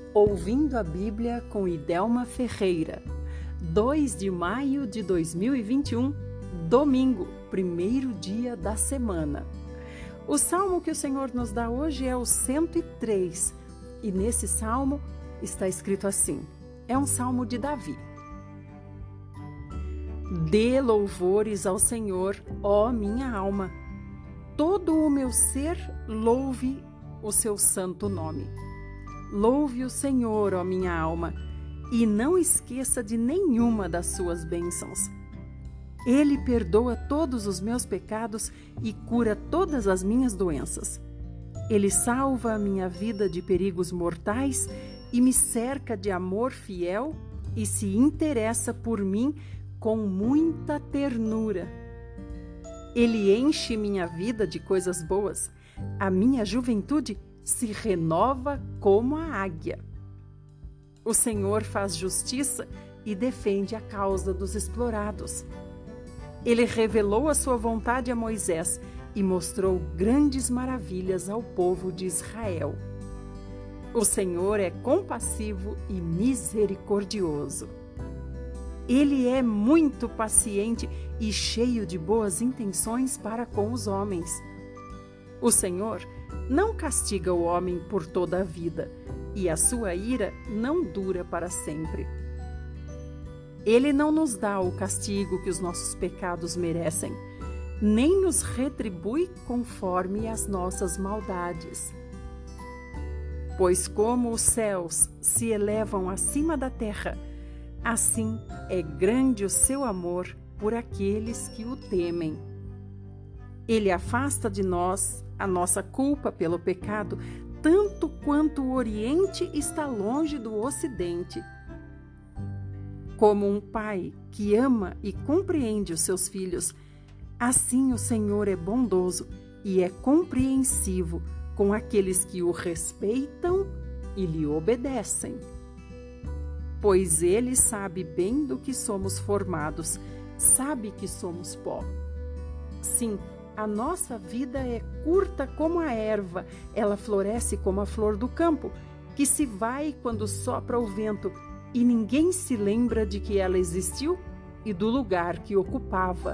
Ouvindo a Bíblia com Idelma Ferreira, 2 de maio de 2021, domingo, primeiro dia da semana. O salmo que o Senhor nos dá hoje é o 103, e nesse salmo está escrito assim, é um salmo de Davi. Dê louvores ao Senhor, ó minha alma, todo o meu ser louve o seu santo nome. Louve o Senhor, ó minha alma, e não esqueça de nenhuma das suas bênçãos. Ele perdoa todos os meus pecados e cura todas as minhas doenças. Ele salva a minha vida de perigos mortais e me cerca de amor fiel e se interessa por mim com muita ternura. Ele enche minha vida de coisas boas. A minha juventude se renova como a águia. O Senhor faz justiça e defende a causa dos explorados. Ele revelou a sua vontade a Moisés e mostrou grandes maravilhas ao povo de Israel. O Senhor é compassivo e misericordioso. Ele é muito paciente e cheio de boas intenções para com os homens. O Senhor não castiga o homem por toda a vida, e a sua ira não dura para sempre. Ele não nos dá o castigo que os nossos pecados merecem, nem nos retribui conforme as nossas maldades. Pois como os céus se elevam acima da terra, assim é grande o seu amor por aqueles que o temem. Ele afasta de nós a nossa culpa pelo pecado, tanto quanto o Oriente está longe do Ocidente. Como um pai que ama e compreende os seus filhos, assim o Senhor é bondoso e é compreensivo com aqueles que o respeitam e lhe obedecem. Pois ele sabe bem do que somos formados, sabe que somos pó. Sim, a nossa vida é curta como a erva, ela floresce como a flor do campo, que se vai quando sopra o vento, e ninguém se lembra de que ela existiu e do lugar que ocupava.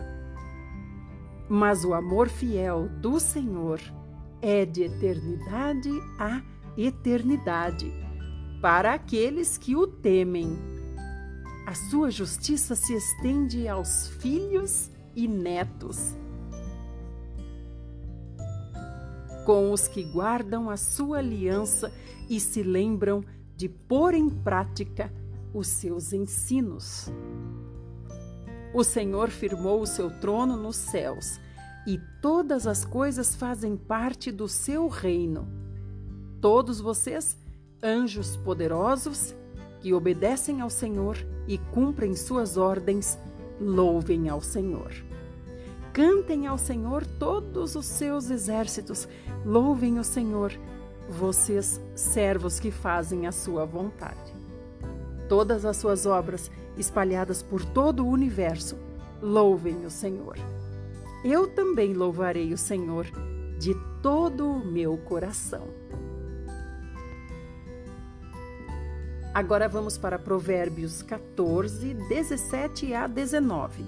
Mas o amor fiel do Senhor é de eternidade a eternidade, para aqueles que o temem. A sua justiça se estende aos filhos e netos, com os que guardam a sua aliança e se lembram de pôr em prática os seus ensinos. O Senhor firmou o seu trono nos céus, e todas as coisas fazem parte do seu reino. Todos vocês, anjos poderosos, que obedecem ao Senhor e cumprem suas ordens, louvem ao Senhor. Cantem ao Senhor todos os seus exércitos, louvem o Senhor, vocês, servos que fazem a sua vontade. Todas as suas obras, espalhadas por todo o universo, louvem o Senhor. Eu também louvarei o Senhor de todo o meu coração. Agora vamos para Provérbios 14, 17 a 19.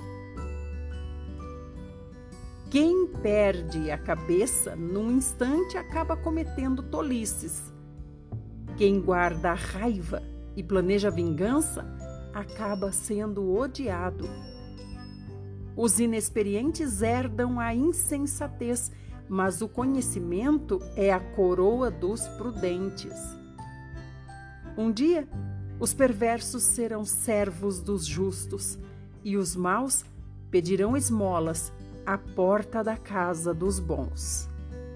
Quem perde a cabeça num instante acaba cometendo tolices. Quem guarda a raiva e planeja vingança acaba sendo odiado. Os inexperientes herdam a insensatez, mas o conhecimento é a coroa dos prudentes. Um dia, os perversos serão servos dos justos, e os maus pedirão esmolas à porta da casa dos bons.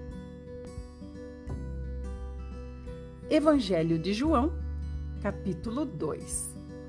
Evangelho de João, capítulo 2.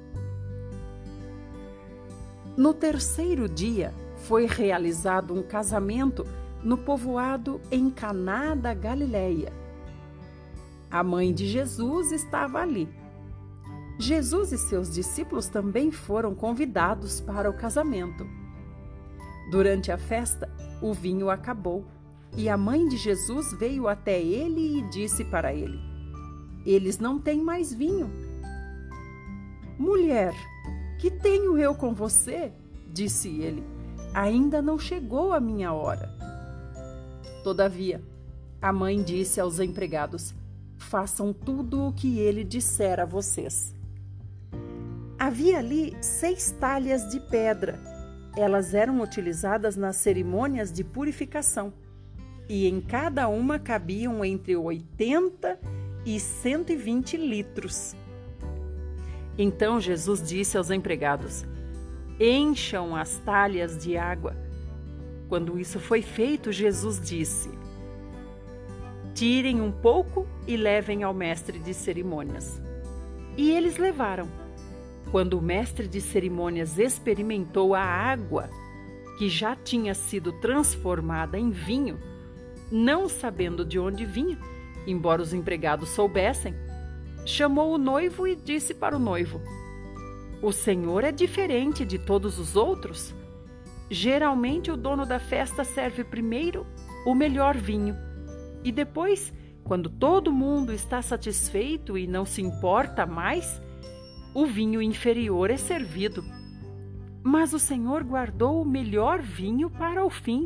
No terceiro dia, foi realizado um casamento no povoado em Caná da Galileia. A mãe de Jesus estava ali. Jesus e seus discípulos também foram convidados para o casamento. Durante a festa, o vinho acabou e a mãe de Jesus veio até ele e disse para ele: eles não têm mais vinho. Mulher, que tenho eu com você? Disse ele. Ainda não chegou a minha hora. Todavia, a mãe disse aos empregados: façam tudo o que ele disser a vocês. Havia ali 6 talhas de pedra. Elas eram utilizadas nas cerimônias de purificação, e em cada uma cabiam entre 80 e 120 litros. Então Jesus disse aos empregados: encham as talhas de água. Quando isso foi feito, Jesus disse: tirem um pouco e levem ao mestre de cerimônias. E eles levaram. Quando o mestre de cerimônias experimentou a água, que já tinha sido transformada em vinho, não sabendo de onde vinha, embora os empregados soubessem, chamou o noivo e disse para o noivo: o senhor é diferente de todos os outros? Geralmente o dono da festa serve primeiro o melhor vinho e depois, quando todo mundo está satisfeito e não se importa mais, o vinho inferior é servido. Mas o senhor guardou o melhor vinho para o fim.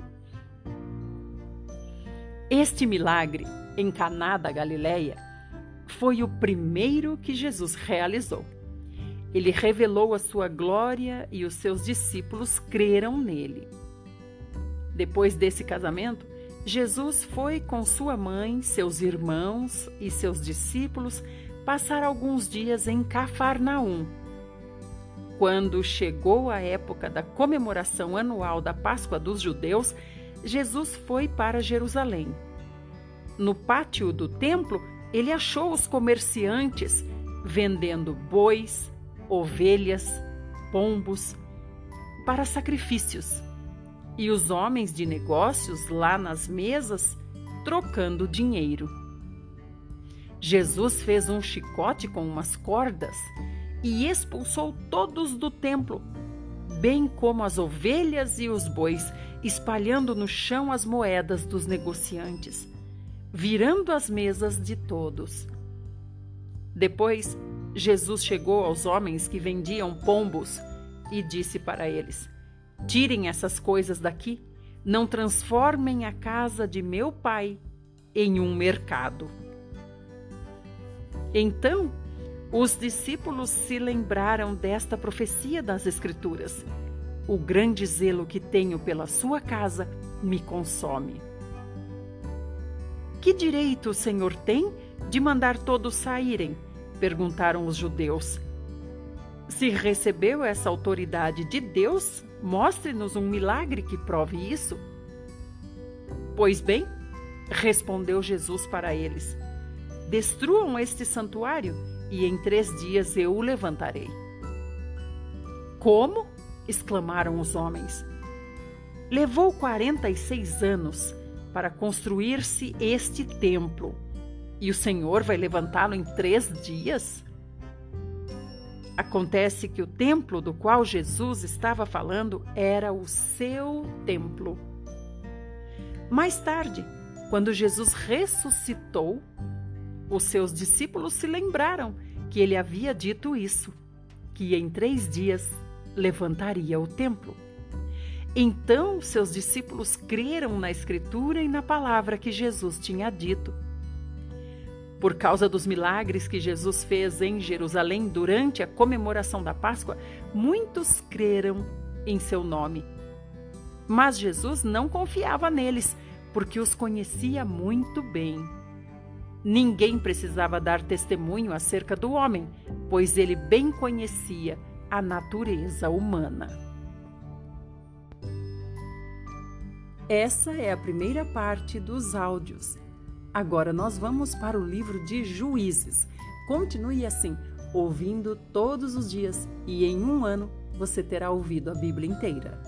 Este milagre, em Caná da Galileia, foi o primeiro que Jesus realizou. Ele revelou a sua glória e os seus discípulos creram nele. Depois desse casamento, Jesus foi com sua mãe, seus irmãos e seus discípulos passar alguns dias em Cafarnaum. Quando chegou a época da comemoração anual da Páscoa dos judeus, Jesus foi para Jerusalém. No pátio do templo, ele achou os comerciantes vendendo bois, ovelhas, pombos para sacrifícios, e os homens de negócios lá nas mesas trocando dinheiro. Jesus fez um chicote com umas cordas e expulsou todos do templo, bem como as ovelhas e os bois, espalhando no chão as moedas dos negociantes, virando as mesas de todos. Depois, Jesus chegou aos homens que vendiam pombos e disse para eles: tirem essas coisas daqui, não transformem a casa de meu pai em um mercado. Então, os discípulos se lembraram desta profecia das Escrituras: o grande zelo que tenho pela sua casa me consome. Que direito o Senhor tem de mandar todos saírem? Perguntaram os judeus. Se recebeu essa autoridade de Deus, mostre-nos um milagre que prove isso. Pois bem, respondeu Jesus para eles: destruam este santuário e em 3 dias eu o levantarei. Como? Exclamaram os homens. Levou 46 anos para construir-se este templo, e o Senhor vai levantá-lo em 3 dias? Acontece que o templo do qual Jesus estava falando era o seu templo. Mais tarde, quando Jesus ressuscitou, os seus discípulos se lembraram que ele havia dito isso, que em 3 dias levantaria o templo. Então, seus discípulos creram na Escritura e na palavra que Jesus tinha dito. Por causa dos milagres que Jesus fez em Jerusalém durante a comemoração da Páscoa, muitos creram em seu nome. Mas Jesus não confiava neles, porque os conhecia muito bem. Ninguém precisava dar testemunho acerca do homem, pois ele bem conhecia a natureza humana. Essa é a primeira parte dos áudios. Agora nós vamos para o livro de Juízes. Continue assim, ouvindo todos os dias, e em 1 ano você terá ouvido a Bíblia inteira.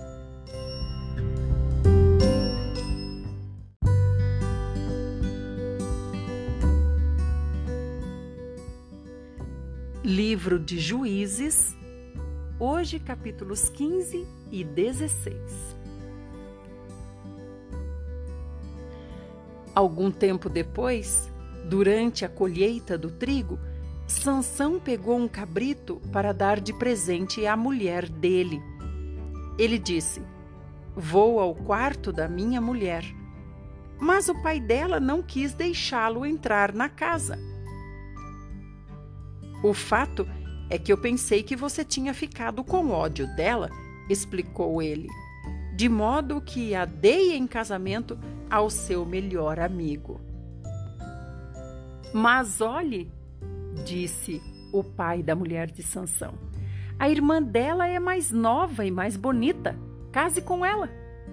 Livro de Juízes, hoje capítulos 15 e 16. Algum tempo depois, Durante a colheita do trigo, Sansão pegou um cabrito para dar de presente à mulher dele. Ele disse: "Vou ao quarto da minha mulher." Mas o pai dela não quis deixá-lo entrar na casa. "O fato é que eu pensei que você tinha ficado com ódio dela", explicou ele, "de modo que a dei em casamento ao seu melhor amigo." "Mas olhe", disse o pai da mulher de Sansão, "a irmã dela é mais nova e mais bonita. Case com ela."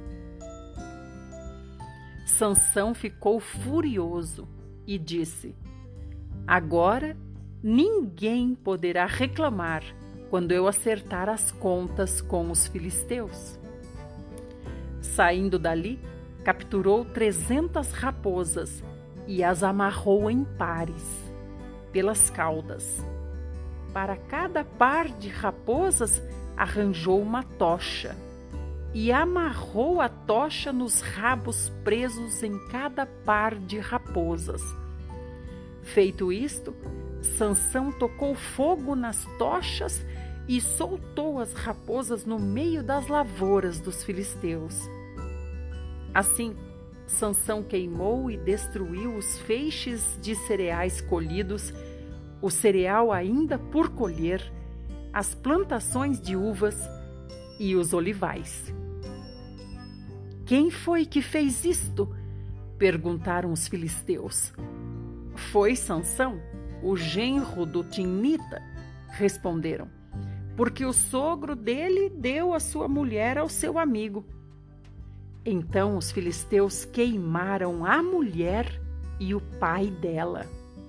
Sansão ficou furioso e disse: "Agora ninguém poderá reclamar quando eu acertar as contas com os filisteus." Saindo dali, capturou 300 raposas e as amarrou em pares, pelas caudas. Para cada par de raposas arranjou uma tocha e amarrou a tocha nos rabos presos em cada par de raposas. Feito isto, Sansão tocou fogo nas tochas e soltou as raposas no meio das lavouras dos filisteus. Assim, Sansão queimou e destruiu os feixes de cereais colhidos, o cereal ainda por colher, as plantações de uvas e os olivais. "Quem foi que fez isto?" perguntaram os filisteus. "Foi Sansão, o genro do Timnita", responderam, "porque o sogro dele deu a sua mulher ao seu amigo." Então os filisteus queimaram a mulher e o pai dela.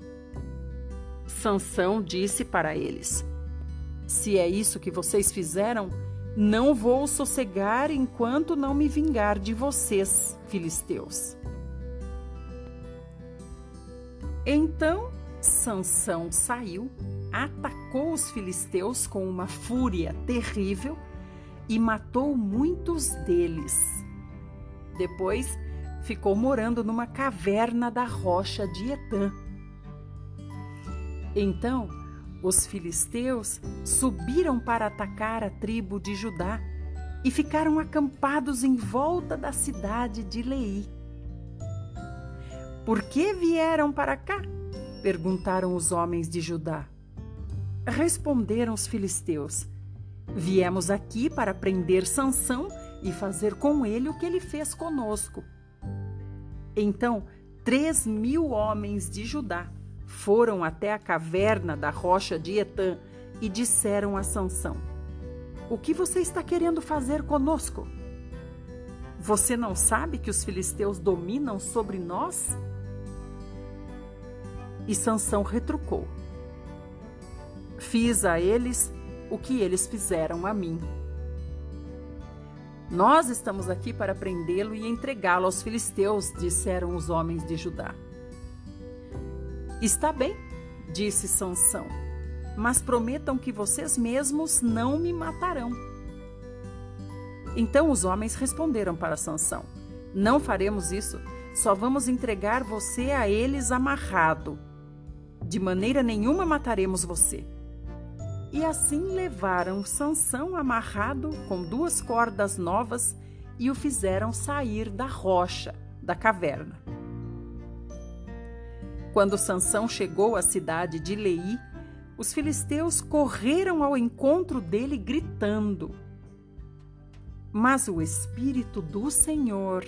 Sansão disse para eles: "Se é isso que vocês fizeram, não vou sossegar enquanto não me vingar de vocês, filisteus." Então Sansão saiu, atacou os filisteus com uma fúria terrível e matou muitos deles. Depois ficou morando numa caverna da rocha de Etã. Então os filisteus subiram para atacar a tribo de Judá e ficaram acampados em volta da cidade de Leí. "Por que vieram para cá?" perguntaram os homens de Judá. Responderam os filisteus: "Viemos aqui para prender Sansão e fazer com ele o que ele fez conosco." Então 3.000 homens de Judá foram até a caverna da rocha de Etã e disseram a Sansão: "O que você está querendo fazer conosco? Você não sabe que os filisteus dominam sobre nós?" E Sansão retrucou: "Fiz a eles o que eles fizeram a mim." "Nós estamos aqui para prendê-lo e entregá-lo aos filisteus", disseram os homens de Judá. "Está bem", disse Sansão, "mas prometam que vocês mesmos não me matarão." Então os homens responderam para Sansão: "Não faremos isso, só vamos entregar você a eles amarrado. De maneira nenhuma mataremos você." E assim levaram Sansão amarrado com 2 cordas novas e o fizeram sair da rocha, da caverna. Quando Sansão chegou à cidade de Leí, os filisteus correram ao encontro dele gritando. Mas o Espírito do Senhor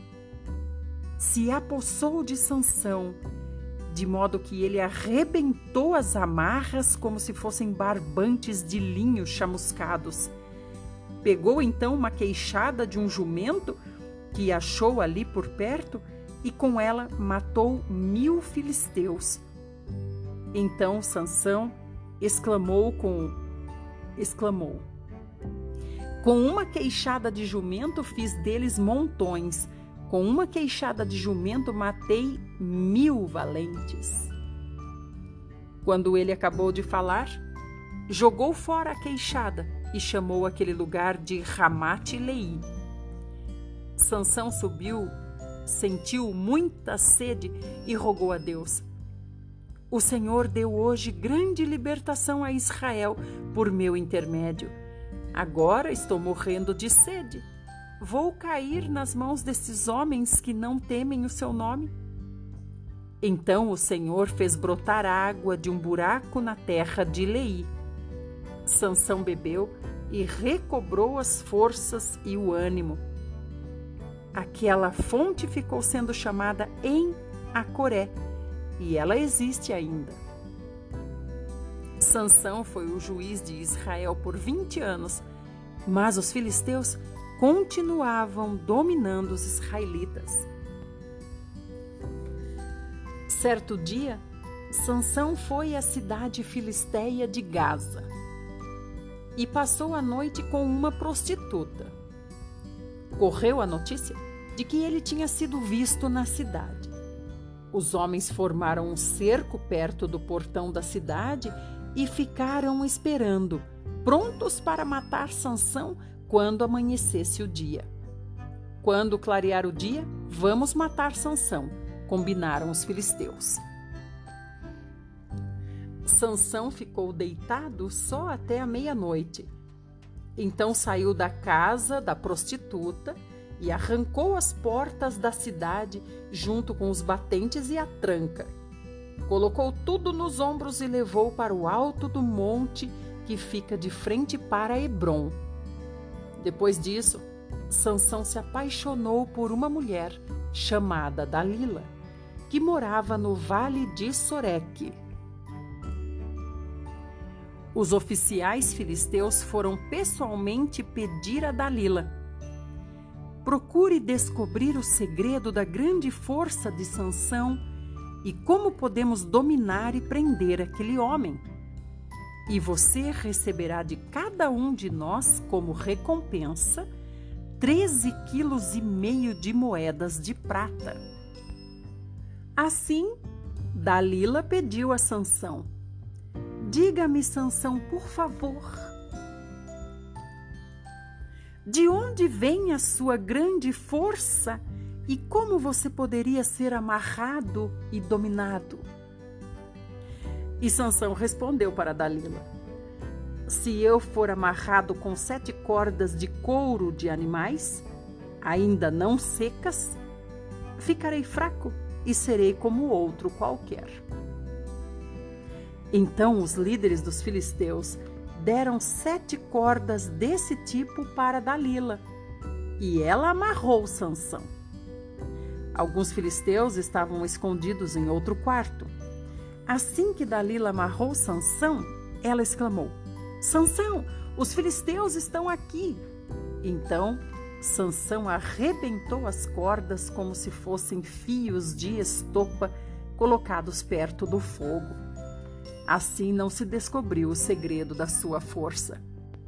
se apossou de Sansão, de modo que ele arrebentou as amarras como se fossem barbantes de linho chamuscados. Pegou então uma queixada de um jumento que achou ali por perto e com ela matou 1.000 filisteus. Então Sansão exclamou: "Com uma queixada de jumento fiz deles montões. Com uma queixada de jumento matei 1.000 valentes." Quando ele acabou de falar, jogou fora a queixada e chamou aquele lugar de Ramate-Leí. Sansão subiu, sentiu muita sede e rogou a Deus: O Senhor deu hoje grande libertação a Israel por meu intermédio. Agora estou morrendo de sede. Vou cair nas mãos desses homens que não temem o seu nome? Então o Senhor fez brotar água de um buraco na terra de Leí. Sansão bebeu e recobrou as forças e o ânimo. Aquela fonte ficou sendo chamada em Acoré, e ela existe ainda. Sansão foi o juiz de Israel por 20 anos, mas os filisteus continuavam dominando os israelitas. Certo dia, Sansão foi à cidade filisteia de Gaza e passou a noite com uma prostituta. Correu a notícia de que ele tinha sido visto na cidade. Os homens formaram um cerco perto do portão da cidade e ficaram esperando, prontos para matar Sansão quando amanhecesse o dia. Quando clarear o dia, vamos matar Sansão, combinaram os filisteus. Sansão ficou deitado só até a meia-noite. Então saiu da casa da prostituta e arrancou as portas da cidade junto com os batentes e a tranca. Colocou tudo nos ombros e levou para o alto do monte que fica de frente para Hebrom. Depois disso, Sansão se apaixonou por uma mulher chamada Dalila, que morava no vale de Soreque. Os oficiais filisteus foram pessoalmente pedir a Dalila: procure descobrir o segredo da grande força de Sansão e como podemos dominar e prender aquele homem. E você receberá de cada um de nós como recompensa 13,5 quilos de moedas de prata. Assim, Dalila pediu a Sansão: diga-me, Sansão, por favor, de onde vem a sua grande força e como você poderia ser amarrado e dominado? E Sansão respondeu para Dalila: se eu for amarrado com 7 cordas de couro de animais, ainda não secas, ficarei fraco e serei como outro qualquer. Então os líderes dos filisteus deram 7 cordas desse tipo para Dalila, e ela amarrou Sansão. Alguns filisteus estavam escondidos em outro quarto. Assim que Dalila amarrou Sansão, ela exclamou: Sansão, os filisteus estão aqui! Então Sansão arrebentou as cordas como se fossem fios de estopa colocados perto do fogo. Assim não se descobriu o segredo da sua força.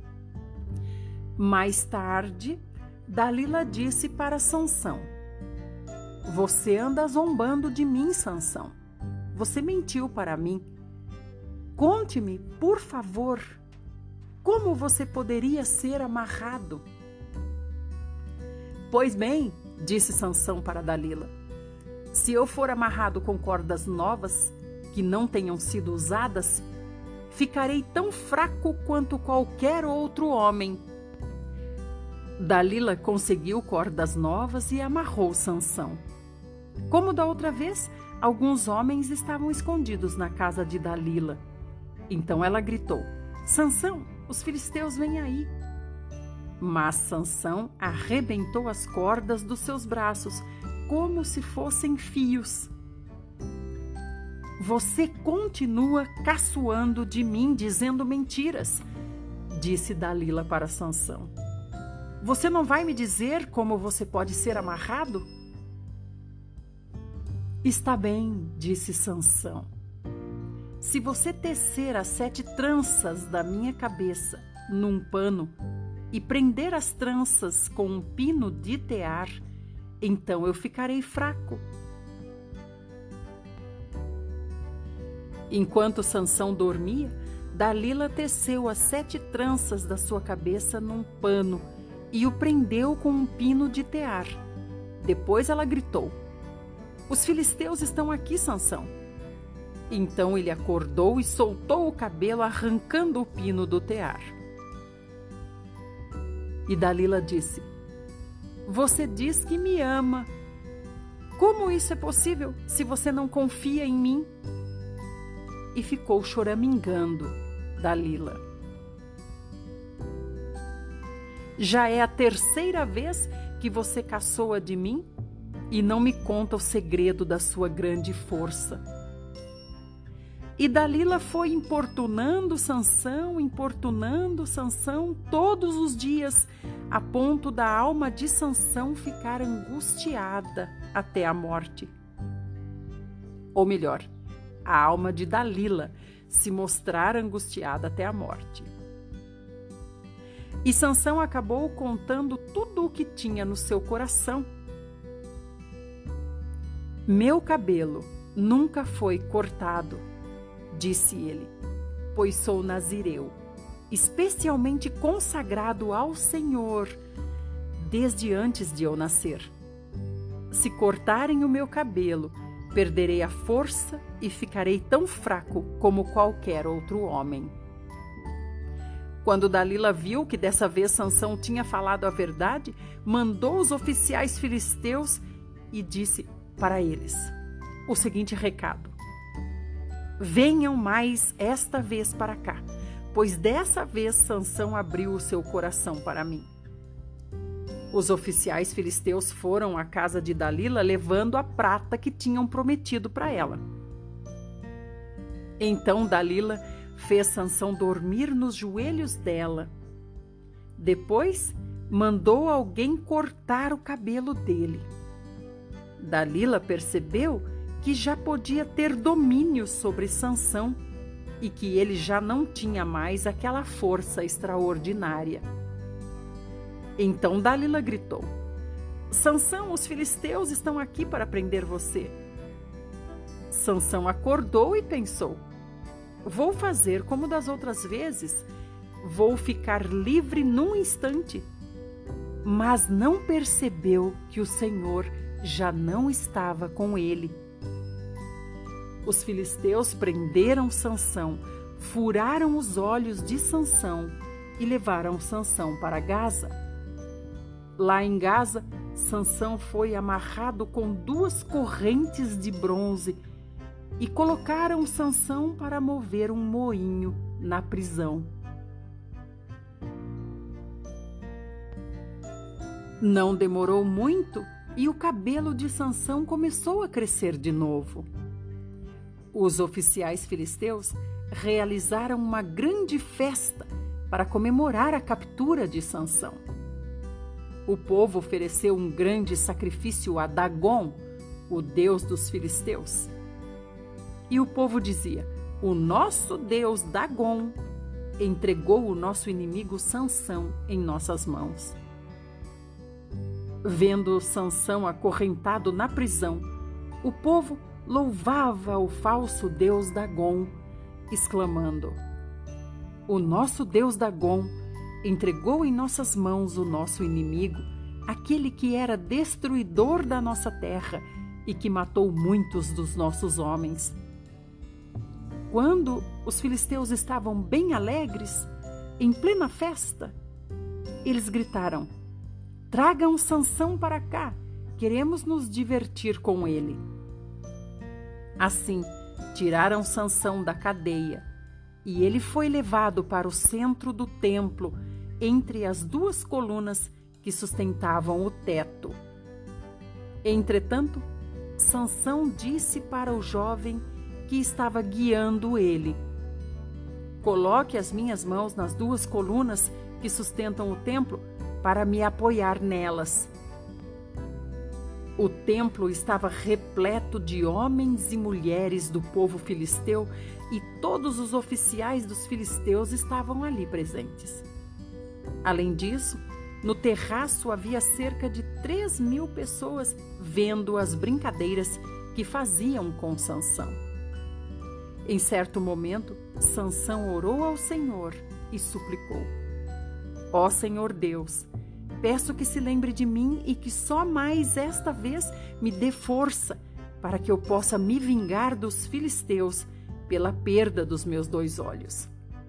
Mais tarde, Dalila disse para Sansão: você anda zombando de mim, Sansão. Você mentiu para mim. Conte-me, por favor, como você poderia ser amarrado? Pois bem, disse Sansão para Dalila, se eu for amarrado com cordas novas, que não tenham sido usadas, ficarei tão fraco quanto qualquer outro homem. Dalila conseguiu cordas novas e amarrou Sansão. Como da outra vez, alguns homens estavam escondidos na casa de Dalila. Então ela gritou: Sansão, os filisteus vêm aí. Mas Sansão arrebentou as cordas dos seus braços, como se fossem fios. Você continua caçoando de mim, dizendo mentiras, disse Dalila para Sansão. Você não vai me dizer como você pode ser amarrado? Está bem, disse Sansão. Se você tecer as 7 tranças da minha cabeça num pano e prender as tranças com um pino de tear, então eu ficarei fraco. Enquanto Sansão dormia, Dalila teceu as 7 tranças da sua cabeça num pano e o prendeu com um pino de tear. Depois ela gritou: os filisteus estão aqui, Sansão. Então ele acordou e soltou o cabelo, arrancando o pino do tear. E Dalila disse: "Você diz que me ama. Como isso é possível se você não confia em mim?" E ficou choramingando Dalila. "Já é a terceira vez que você caçoa de mim e não me conta o segredo da sua grande força." E Dalila foi importunando Sansão todos os dias, a ponto da alma de Sansão ficar angustiada até a morte. Ou melhor, a alma de Dalila se mostrar angustiada até a morte. E Sansão acabou contando tudo o que tinha no seu coração. "Meu cabelo nunca foi cortado", disse ele, "pois sou nazireu, especialmente consagrado ao Senhor desde antes de eu nascer. Se cortarem o meu cabelo, perderei a força e ficarei tão fraco como qualquer outro homem." Quando Dalila viu que dessa vez Sansão tinha falado a verdade, mandou os oficiais filisteus e disse para eles o seguinte recado: "Venham mais esta vez para cá, pois dessa vez Sansão abriu o seu coração para mim." Os oficiais filisteus foram à casa de Dalila levando a prata que tinham prometido para ela. Então Dalila fez Sansão dormir nos joelhos dela. Depois mandou alguém cortar o cabelo dele. Dalila percebeu que já podia ter domínio sobre Sansão e que ele já não tinha mais aquela força extraordinária. Então Dalila gritou: "Sansão, os filisteus estão aqui para prender você." Sansão acordou e pensou: "Vou fazer como das outras vezes, vou ficar livre num instante." Mas não percebeu que o Senhor já não estava com ele. Os filisteus prenderam Sansão, furaram os olhos de Sansão e levaram Sansão para Gaza. Lá em Gaza, Sansão foi amarrado com 2 correntes de bronze e colocaram Sansão para mover um moinho na prisão. Não demorou muito e o cabelo de Sansão começou a crescer de novo. Os oficiais filisteus realizaram uma grande festa para comemorar a captura de Sansão. O povo ofereceu um grande sacrifício a Dagon, o deus dos filisteus. E o povo dizia: "O nosso deus Dagon entregou o nosso inimigo Sansão em nossas mãos." Vendo Sansão acorrentado na prisão, o povo louvava o falso deus Dagon, exclamando: "O nosso deus Dagon entregou em nossas mãos o nosso inimigo, aquele que era destruidor da nossa terra e que matou muitos dos nossos homens." Quando os filisteus estavam bem alegres, em plena festa, eles gritaram: "Tragam Sansão para cá, queremos nos divertir com ele." Assim, tiraram Sansão da cadeia e ele foi levado para o centro do templo, entre as 2 colunas que sustentavam o teto. Entretanto, Sansão disse para o jovem que estava guiando ele: "Coloque as minhas mãos nas 2 colunas que sustentam o templo para me apoiar nelas." O templo estava repleto de homens e mulheres do povo filisteu e todos os oficiais dos filisteus estavam ali presentes. Além disso, no terraço havia cerca de 3.000 pessoas vendo as brincadeiras que faziam com Sansão. Em certo momento, Sansão orou ao Senhor e suplicou: "Ó Senhor Deus, peço que se lembre de mim e que só mais esta vez me dê força para que eu possa me vingar dos filisteus pela perda dos meus 2 olhos.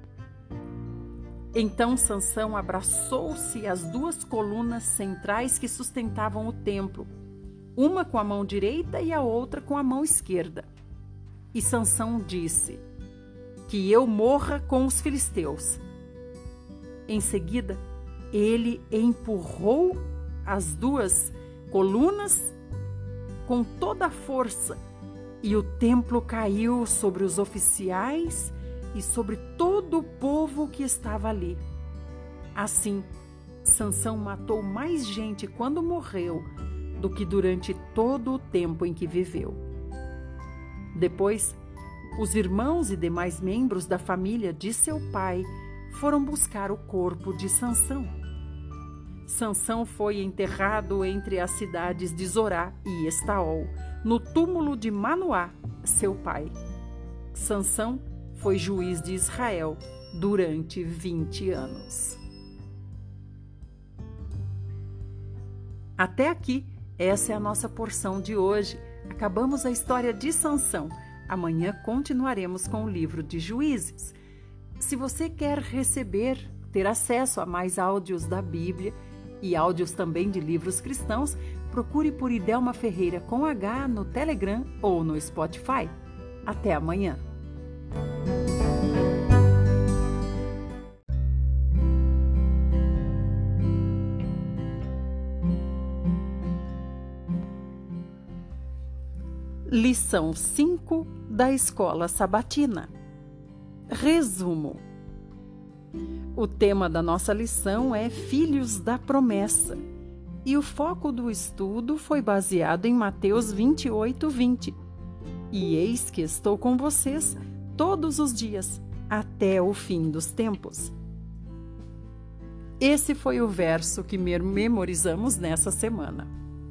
Então Sansão abraçou-se às 2 colunas centrais que sustentavam o templo, uma com a mão direita e a outra com a mão esquerda. E Sansão disse: que eu morra com os filisteus. Em seguida, ele empurrou as 2 colunas com toda a força, e o templo caiu sobre os oficiais e sobre todo o povo que estava ali. Assim, Sansão matou mais gente quando morreu do que durante todo o tempo em que viveu. Depois, os irmãos e demais membros da família de seu pai foram buscar o corpo de Sansão. Sansão foi enterrado entre as cidades de Zorá e Estaol, no túmulo de Manoá, seu pai. Sansão foi juiz de Israel durante 20 anos. Até aqui, essa é a nossa porção de hoje. Acabamos a história de Sansão. Amanhã continuaremos com o livro de Juízes. Se você quer ter acesso a mais áudios da Bíblia e áudios também de livros cristãos, procure por Idelma Ferreira com H no Telegram ou no Spotify. Até amanhã! Lição 5 da Escola Sabatina. Resumo. O tema da nossa lição é Filhos da Promessa, e o foco do estudo foi baseado em Mateus 28:20. E eis que estou com vocês todos os dias, até o fim dos tempos. Esse foi o verso que memorizamos nessa semana.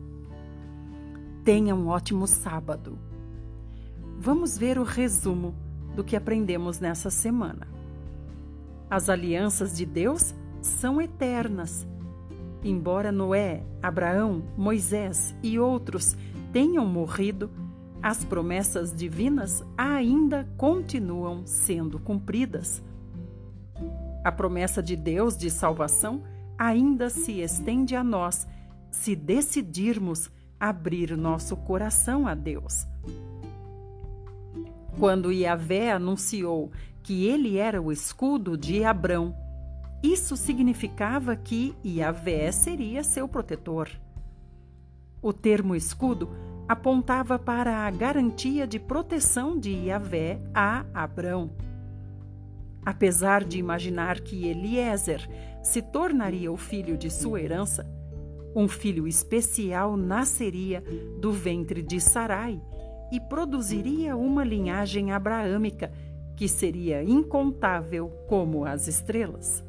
Tenha um ótimo sábado. Vamos ver o resumo do que aprendemos nessa semana. As alianças de Deus são eternas. Embora Noé, Abraão, Moisés e outros tenham morrido, as promessas divinas ainda continuam sendo cumpridas. A promessa de Deus de salvação ainda se estende a nós, se decidirmos abrir nosso coração a Deus. Quando Yahvé anunciou que ele era o escudo de Abrão, isso significava que Yahvé seria seu protetor. O termo escudo apontava para a garantia de proteção de Yahvé a Abrão. Apesar de imaginar que Eliezer se tornaria o filho de sua herança, um filho especial nasceria do ventre de Sarai e produziria uma linhagem abraâmica que seria incontável como as estrelas.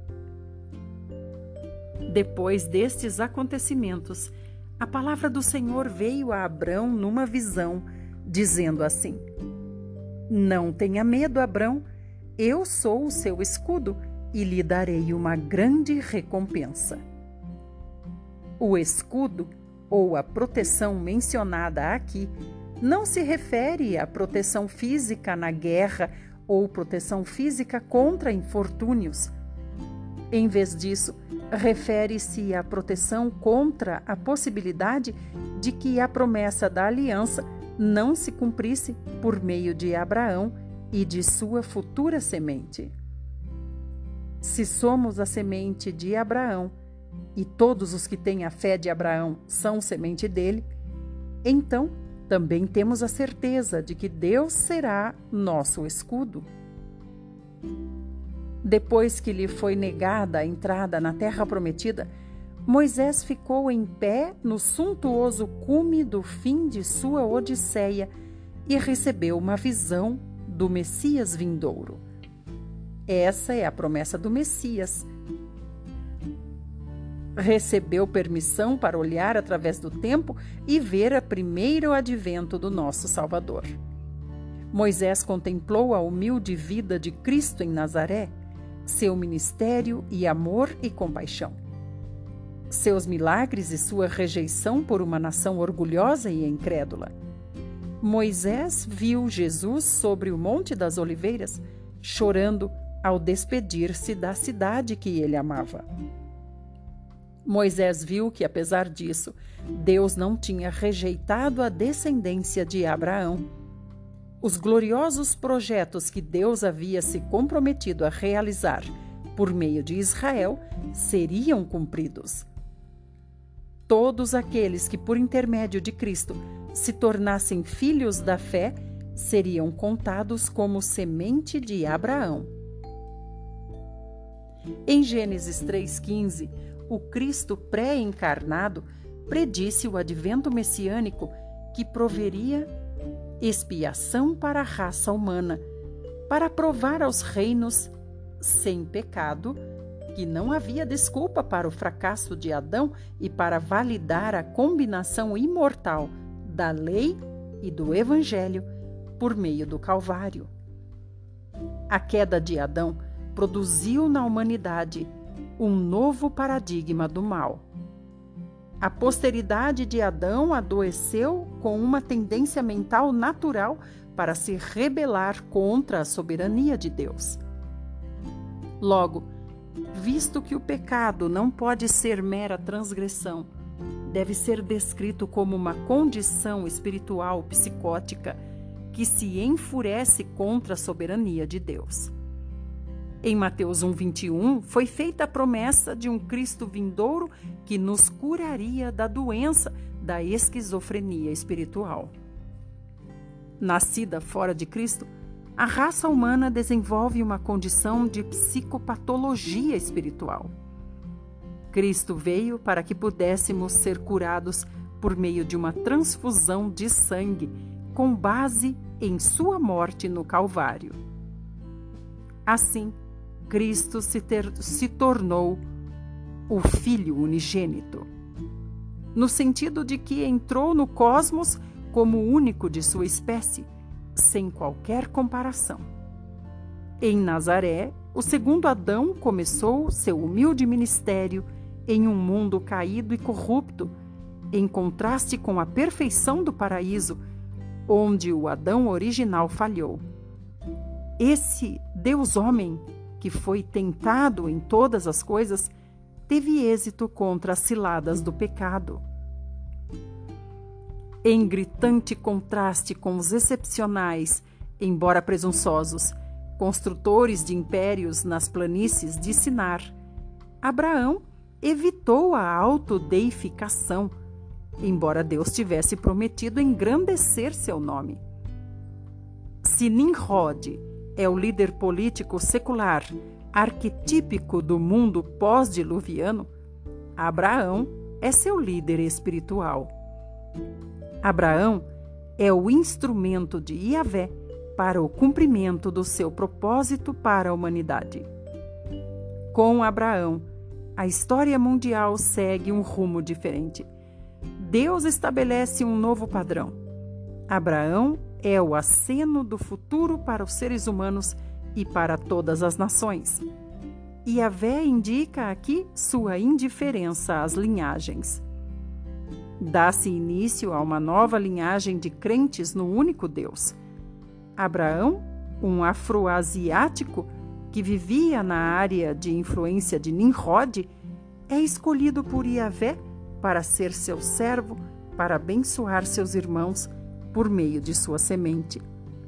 Depois destes acontecimentos, a palavra do Senhor veio a Abrão numa visão, dizendo assim: Não tenha medo, Abrão, eu sou o seu escudo e lhe darei uma grande recompensa. O escudo, ou a proteção mencionada aqui, não se refere à proteção física na guerra ou proteção física contra infortúnios. Em vez disso, refere-se à proteção contra a possibilidade de que a promessa da aliança não se cumprisse por meio de Abraão e de sua futura semente. Se somos a semente de Abraão, e todos os que têm a fé de Abraão são semente dele, então também temos a certeza de que Deus será nosso escudo. Depois que lhe foi negada a entrada na terra prometida, Moisés ficou em pé no suntuoso cume do fim de sua odisseia e recebeu uma visão do Messias vindouro. Essa é a promessa do Messias. Recebeu permissão para olhar através do tempo e ver o primeiro advento do nosso Salvador. Moisés contemplou a humilde vida de Cristo em Nazaré, seu ministério e amor e compaixão. Seus milagres e sua rejeição por uma nação orgulhosa e incrédula. Moisés viu Jesus sobre o Monte das Oliveiras, chorando ao despedir-se da cidade que ele amava. Moisés viu que, apesar disso, Deus não tinha rejeitado a descendência de Abraão. Os gloriosos projetos que Deus havia se comprometido a realizar por meio de Israel seriam cumpridos. Todos aqueles que, por intermédio de Cristo, se tornassem filhos da fé, seriam contados como semente de Abraão. Em Gênesis 3,15, o Cristo pré-encarnado predisse o advento messiânico que proveria expiação para a raça humana, para provar aos reinos sem pecado que não havia desculpa para o fracasso de Adão e para validar a combinação imortal da lei e do Evangelho por meio do Calvário. A queda de Adão produziu na humanidade um novo paradigma do mal. A posteridade de Adão adoeceu com uma tendência mental natural para se rebelar contra a soberania de Deus. Logo, visto que o pecado não pode ser mera transgressão, deve ser descrito como uma condição espiritual psicótica que se enfurece contra a soberania de Deus. Em Mateus 1,21, foi feita a promessa de um Cristo vindouro que nos curaria da doença da esquizofrenia espiritual. Nascida fora de Cristo, a raça humana desenvolve uma condição de psicopatologia espiritual. Cristo veio para que pudéssemos ser curados por meio de uma transfusão de sangue, com base em sua morte no Calvário. Assim, Cristo se tornou o Filho unigênito, no sentido de que entrou no cosmos como o único de sua espécie, sem qualquer comparação. Em Nazaré, o segundo Adão começou seu humilde ministério em um mundo caído e corrupto, em contraste com a perfeição do paraíso, onde o Adão original falhou. Esse Deus-homem, que foi tentado em todas as coisas, teve êxito contra as ciladas do pecado. Em gritante contraste com os excepcionais, embora presunçosos, construtores de impérios nas planícies de Sinar, Abraão evitou a autodeificação, embora Deus tivesse prometido engrandecer seu nome. Se Nimrod é o líder político secular arquetípico do mundo pós-diluviano, Abraão é seu líder espiritual. Abraão é o instrumento de Yahvé para o cumprimento do seu propósito para a humanidade. Com Abraão, a história mundial segue um rumo diferente. Deus estabelece um novo padrão. Abraão é o aceno do futuro para os seres humanos e para todas as nações. Yahvé indica aqui sua indiferença às linhagens. Dá-se início a uma nova linhagem de crentes no único Deus. Abraão, um afro-asiático que vivia na área de influência de Nimrod, é escolhido por Yahvé para ser seu servo, para abençoar seus irmãos por meio de sua semente.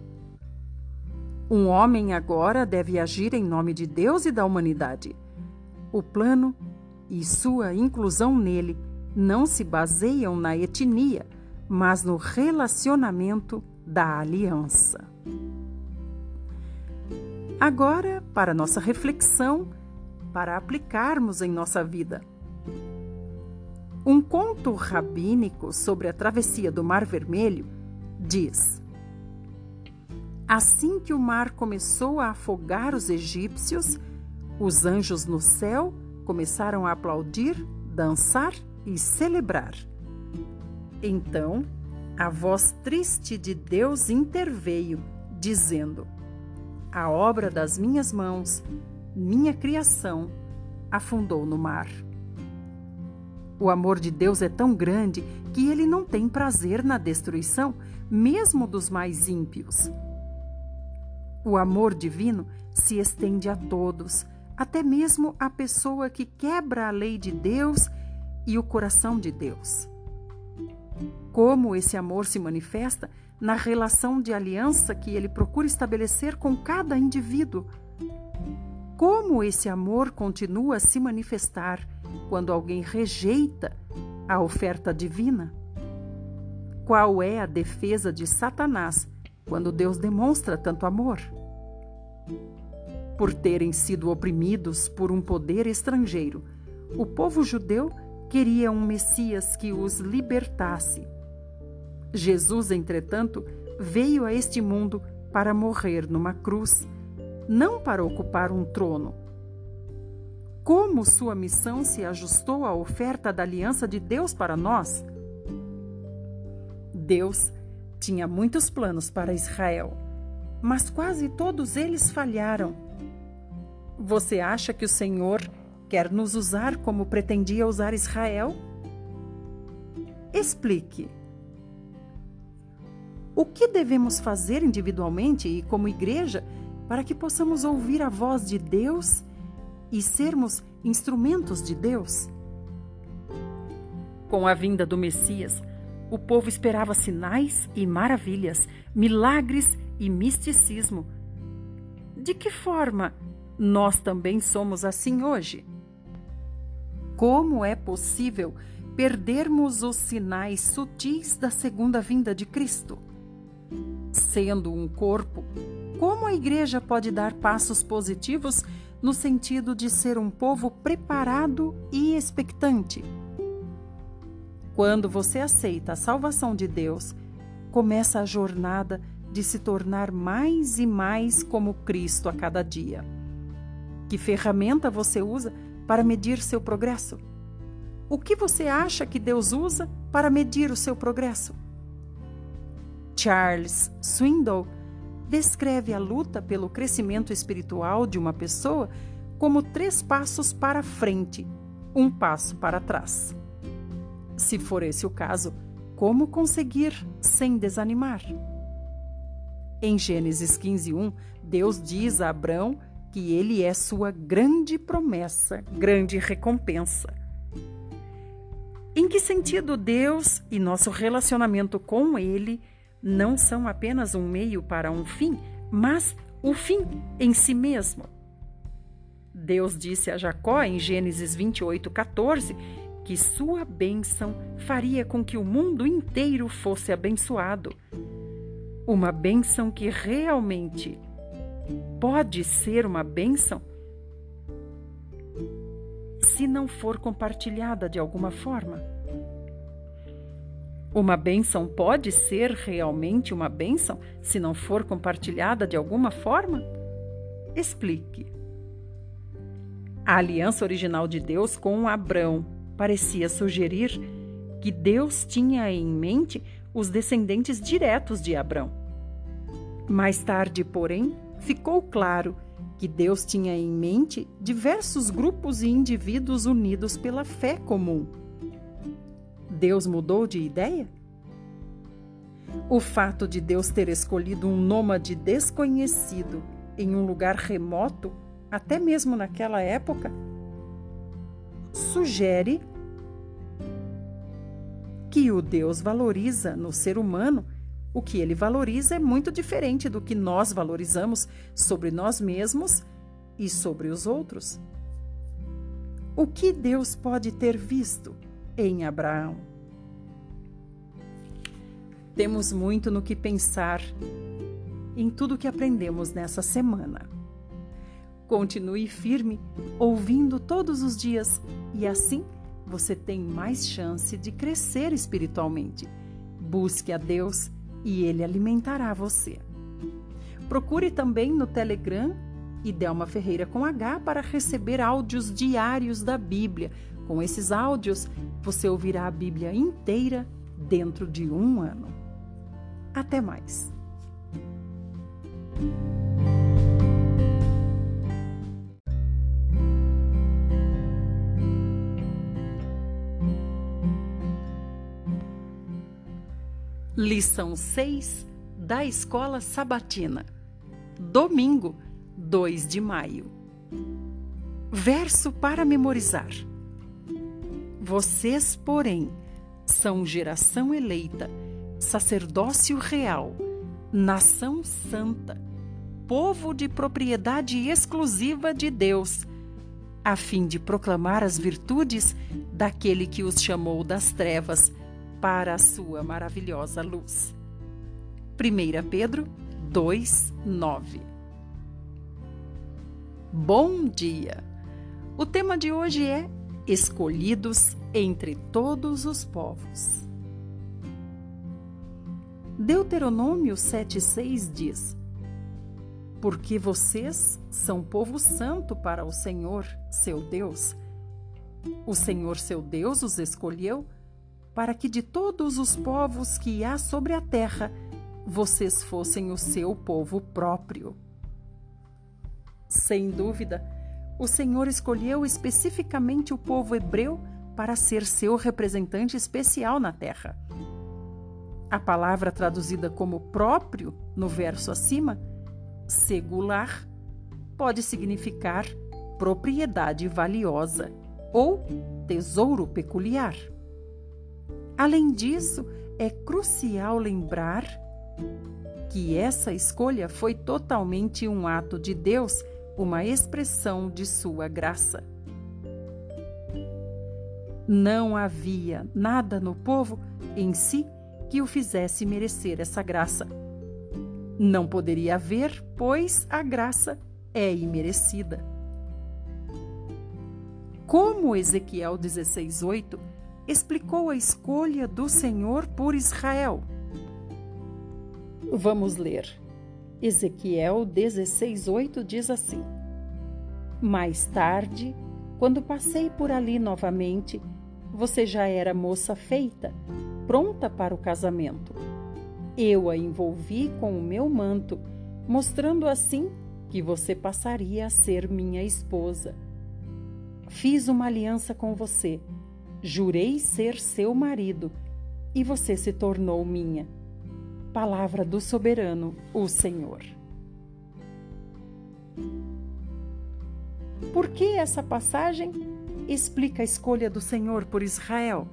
Um homem agora deve agir em nome de Deus e da humanidade. O plano e sua inclusão nele não se baseiam na etnia, mas no relacionamento da aliança. Agora, para nossa reflexão, para aplicarmos em nossa vida. Um conto rabínico sobre a travessia do Mar Vermelho diz: assim que o mar começou a afogar os egípcios, os anjos no céu começaram a aplaudir, dançar e celebrar. Então, a voz triste de Deus interveio, dizendo: a obra das minhas mãos, minha criação, afundou no mar. O amor de Deus é tão grande que ele não tem prazer na destruição, mesmo dos mais ímpios. O amor divino se estende a todos, até mesmo à pessoa que quebra a lei de Deus e o coração de Deus. Como esse amor se manifesta na relação de aliança que ele procura estabelecer com cada indivíduo? Como esse amor continua a se manifestar quando alguém rejeita a oferta divina? Qual é a defesa de Satanás quando Deus demonstra tanto amor? Por terem sido oprimidos por um poder estrangeiro, o povo judeu queria um Messias que os libertasse. Jesus, entretanto, veio a este mundo para morrer numa cruz, não para ocupar um trono. Como sua missão se ajustou à oferta da aliança de Deus para nós? Deus tinha muitos planos para Israel, mas quase todos eles falharam. Você acha que o Senhor quer nos usar como pretendia usar Israel? Explique. O que devemos fazer individualmente e como igreja para que possamos ouvir a voz de Deus e sermos instrumentos de Deus? Com a vinda do Messias, o povo esperava sinais e maravilhas, milagres e misticismo. De que forma nós também somos assim hoje? Como é possível perdermos os sinais sutis da segunda vinda de Cristo? Sendo um corpo, como a igreja pode dar passos positivos no sentido de ser um povo preparado e expectante? Quando você aceita a salvação de Deus, começa a jornada de se tornar mais e mais como Cristo a cada dia. Que ferramenta você usa para medir seu progresso? O que você acha que Deus usa para medir o seu progresso? Charles Swindoll descreve a luta pelo crescimento espiritual de uma pessoa como 3 passos para frente, 1 passo para trás. Se for esse o caso, como conseguir sem desanimar? Em Gênesis 15:1, Deus diz a Abrão que ele é sua grande promessa, grande recompensa. Em que sentido Deus e nosso relacionamento com Ele não são apenas um meio para um fim, mas o fim em si mesmo? Deus disse a Jacó em Gênesis 28:14 que sua bênção faria com que o mundo inteiro fosse abençoado. Uma bênção que realmente pode ser uma bênção se não for compartilhada de alguma forma. Uma bênção pode ser realmente uma bênção se não for compartilhada de alguma forma? Explique. A aliança original de Deus com Abrão parecia sugerir que Deus tinha em mente os descendentes diretos de Abrão. Mais tarde, porém, ficou claro que Deus tinha em mente diversos grupos e indivíduos unidos pela fé comum. Deus mudou de ideia? O fato de Deus ter escolhido um nômade desconhecido em um lugar remoto, até mesmo naquela época, sugere que o Deus valoriza no ser humano o que ele valoriza é muito diferente do que nós valorizamos sobre nós mesmos e sobre os outros. O que Deus pode ter visto em Abraão? Temos muito no que pensar em tudo que aprendemos nessa semana. Continue firme, ouvindo todos os dias, e assim você tem mais chance de crescer espiritualmente. Busque a Deus e Ele alimentará você. Procure também no Telegram Idelma Ferreira com H para receber áudios diários da Bíblia. Com esses áudios, você ouvirá a Bíblia inteira dentro de 1 ano. Até mais! Lição 6 da Escola Sabatina. Domingo, 2 de maio. Verso para memorizar. Vocês, porém, são geração eleita, sacerdócio real, nação santa, povo de propriedade exclusiva de Deus, a fim de proclamar as virtudes daquele que os chamou das trevas para a sua maravilhosa luz. 1 Pedro 2:9. Bom dia! O tema de hoje é Escolhidos entre todos os povos. Deuteronômio 7:6 diz: Porque vocês são povo santo para o Senhor, seu Deus. O Senhor, seu Deus, os escolheu para que de todos os povos que há sobre a terra, vocês fossem o seu povo próprio. Sem dúvida, o Senhor escolheu especificamente o povo hebreu para ser seu representante especial na terra. A palavra traduzida como próprio no verso acima, segular, pode significar propriedade valiosa ou tesouro peculiar. Além disso, é crucial lembrar que essa escolha foi totalmente um ato de Deus, uma expressão de sua graça. Não havia nada no povo em si que o fizesse merecer essa graça. Não poderia haver, pois a graça é imerecida. Como Ezequiel 16:8 explicou a escolha do Senhor por Israel? Vamos ler. Ezequiel 16:8 diz assim: Mais tarde, quando passei por ali novamente, você já era moça feita, pronta para o casamento. Eu a envolvi com o meu manto, mostrando assim que você passaria a ser minha esposa. Fiz uma aliança com você, jurei ser seu marido, e você se tornou minha. Palavra do soberano, o Senhor. Por que essa passagem explica a escolha do Senhor por Israel?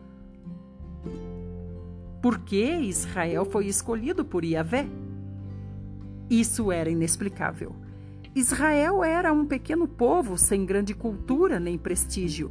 Por que Israel foi escolhido por Yahvé? Isso era inexplicável. Israel era um pequeno povo sem grande cultura nem prestígio.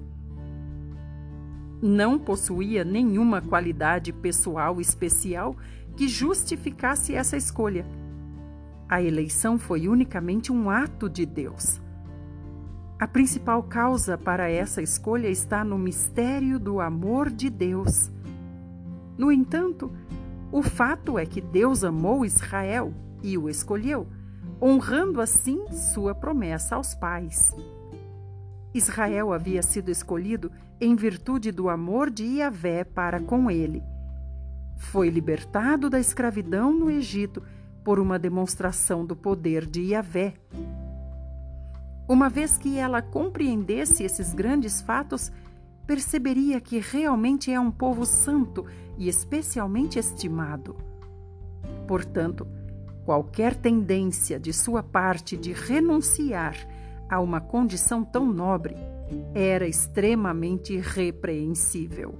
Não possuía nenhuma qualidade pessoal especial que justificasse essa escolha. A eleição foi unicamente um ato de Deus. A principal causa para essa escolha está no mistério do amor de Deus. No entanto, o fato é que Deus amou Israel e o escolheu, honrando assim sua promessa aos pais. Israel havia sido escolhido em virtude do amor de Yahvé para com ele. Foi libertado da escravidão no Egito por uma demonstração do poder de Yahvé. Uma vez que ela compreendesse esses grandes fatos, perceberia que realmente é um povo santo e especialmente estimado. Portanto, qualquer tendência de sua parte de renunciar a uma condição tão nobre era extremamente repreensível.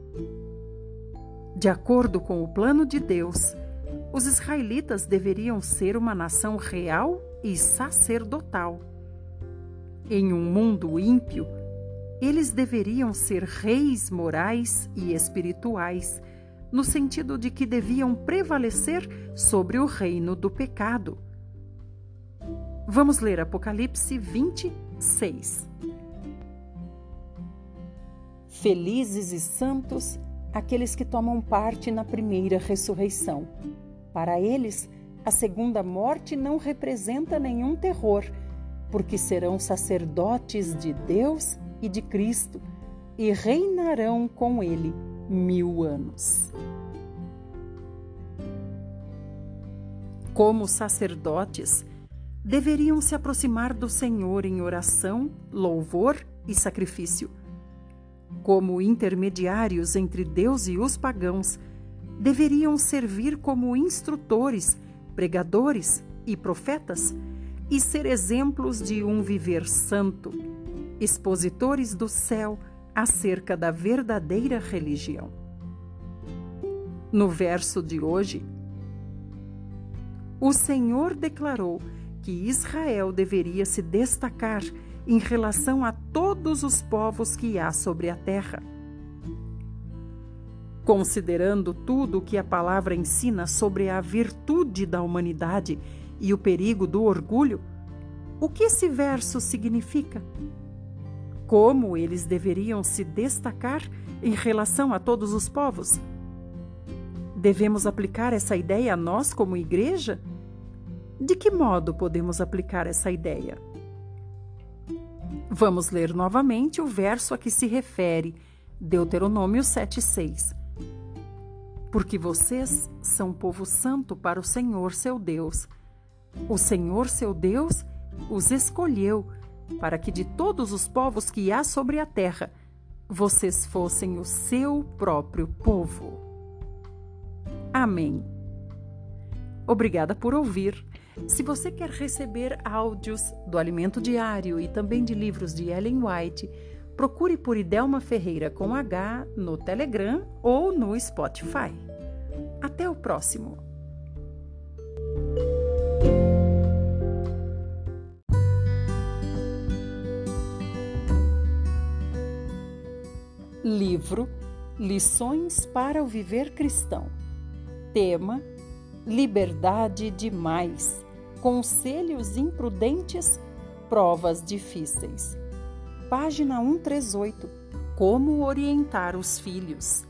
De acordo com o plano de Deus, os israelitas deveriam ser uma nação real e sacerdotal. Em um mundo ímpio, eles deveriam ser reis morais e espirituais, no sentido de que deviam prevalecer sobre o reino do pecado. Vamos ler Apocalipse 20:6. Felizes e santos aqueles que tomam parte na primeira ressurreição. Para eles, a segunda morte não representa nenhum terror, porque serão sacerdotes de Deus e de Cristo e reinarão com ele 1000 anos. Como sacerdotes, deveriam se aproximar do Senhor em oração, louvor e sacrifício. Como intermediários entre Deus e os pagãos, deveriam servir como instrutores, pregadores e profetas e ser exemplos de um viver santo, expositores do céu acerca da verdadeira religião. No verso de hoje, o Senhor declarou que Israel deveria se destacar em relação a todos os povos que há sobre a terra. Considerando tudo o que a palavra ensina sobre a virtude da humanidade e o perigo do orgulho, o que esse verso significa? Como eles deveriam se destacar em relação a todos os povos? Devemos aplicar essa ideia a nós como igreja? De que modo podemos aplicar essa ideia? Vamos ler novamente o verso a que se refere, Deuteronômio 7,6. Porque vocês são povo santo para o Senhor seu Deus. O Senhor seu Deus os escolheu para que de todos os povos que há sobre a terra, vocês fossem o seu próprio povo. Amém. Obrigada por ouvir. Se você quer receber áudios do Alimento Diário e também de livros de Ellen White, procure por Idelma Ferreira com H no Telegram ou no Spotify. Até o próximo! Livro Lições para o Viver Cristão. Tema: Liberdade demais. Conselhos imprudentes, provas difíceis. Página 138. Como orientar os filhos.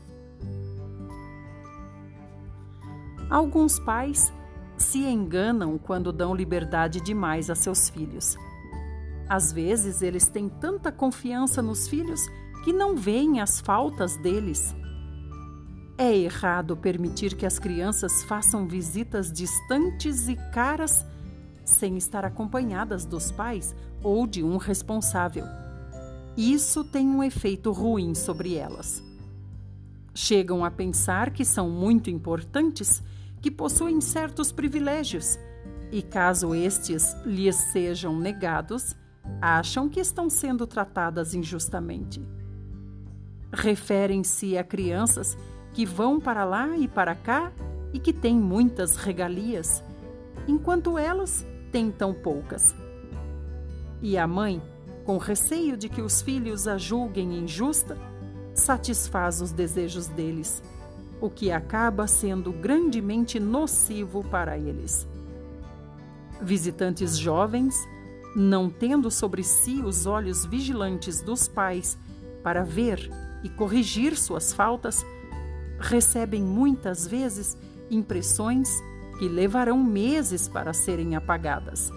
Alguns pais se enganam quando dão liberdade demais a seus filhos. Às vezes, eles têm tanta confiança nos filhos que não veem as faltas deles. É errado permitir que as crianças façam visitas distantes e caras sem estar acompanhadas dos pais ou de um responsável. Isso tem um efeito ruim sobre elas. Chegam a pensar que são muito importantes, que possuem certos privilégios, e caso estes lhes sejam negados, acham que estão sendo tratadas injustamente. Referem-se a crianças que vão para lá e para cá e que têm muitas regalias, enquanto elas têm tão poucas. E a mãe, com receio de que os filhos a julguem injusta, satisfaz os desejos deles, o que acaba sendo grandemente nocivo para eles. Visitantes jovens, não tendo sobre si os olhos vigilantes dos pais para ver e corrigir suas faltas, recebem muitas vezes impressões que levarão meses para serem apagadas.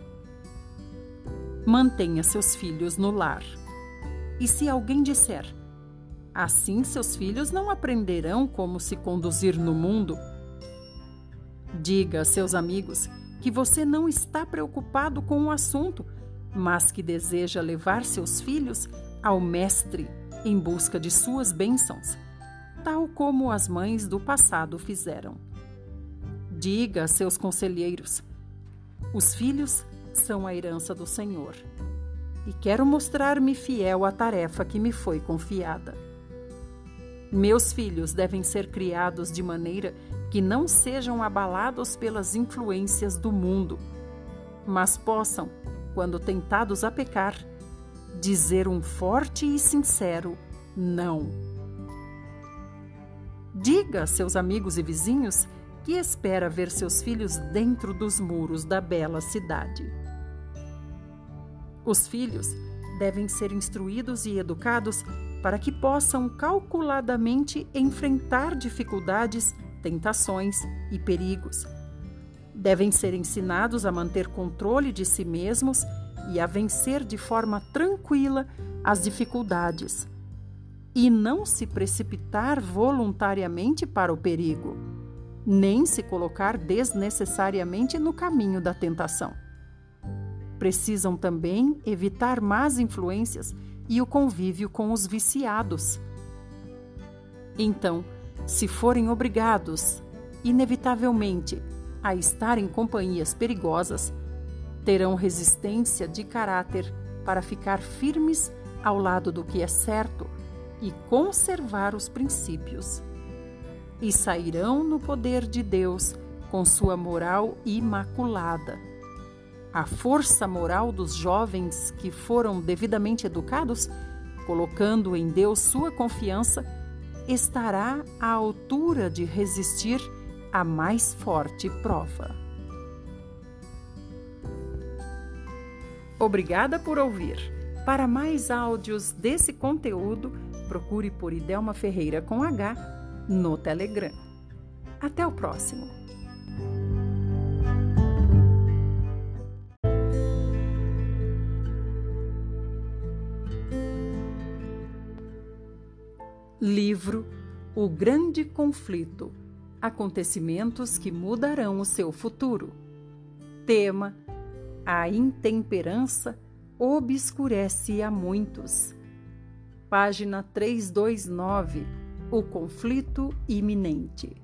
Mantenha seus filhos no lar. E se alguém disser: assim seus filhos não aprenderão como se conduzir no mundo, diga a seus amigos que você não está preocupado com o assunto, mas que deseja levar seus filhos ao Mestre em busca de suas bênçãos, tal como as mães do passado fizeram. Diga a seus conselheiros: os filhos são a herança do Senhor, e quero mostrar-me fiel à tarefa que me foi confiada. Meus filhos devem ser criados de maneira que não sejam abalados pelas influências do mundo, mas possam, quando tentados a pecar, dizer um forte e sincero não. Diga a seus amigos e vizinhos que espera ver seus filhos dentro dos muros da bela cidade. Os filhos devem ser instruídos e educados para que possam calculadamente enfrentar dificuldades, tentações e perigos. Devem ser ensinados a manter controle de si mesmos e a vencer de forma tranquila as dificuldades, e não se precipitar voluntariamente para o perigo, nem se colocar desnecessariamente no caminho da tentação. Precisam também evitar más influências e o convívio com os viciados. Então, se forem obrigados, inevitavelmente, a estar em companhias perigosas, terão resistência de caráter para ficar firmes ao lado do que é certo e conservar os princípios. E sairão no poder de Deus com sua moral imaculada. A força moral dos jovens que foram devidamente educados, colocando em Deus sua confiança, estará à altura de resistir à mais forte prova. Obrigada por ouvir. Para mais áudios desse conteúdo, procure por Idelma Ferreira com H no Telegram. Até o próximo. Livro O Grande Conflito. Acontecimentos que mudarão o seu futuro. Tema: a intemperança obscurece a muitos. Página 329. O conflito iminente.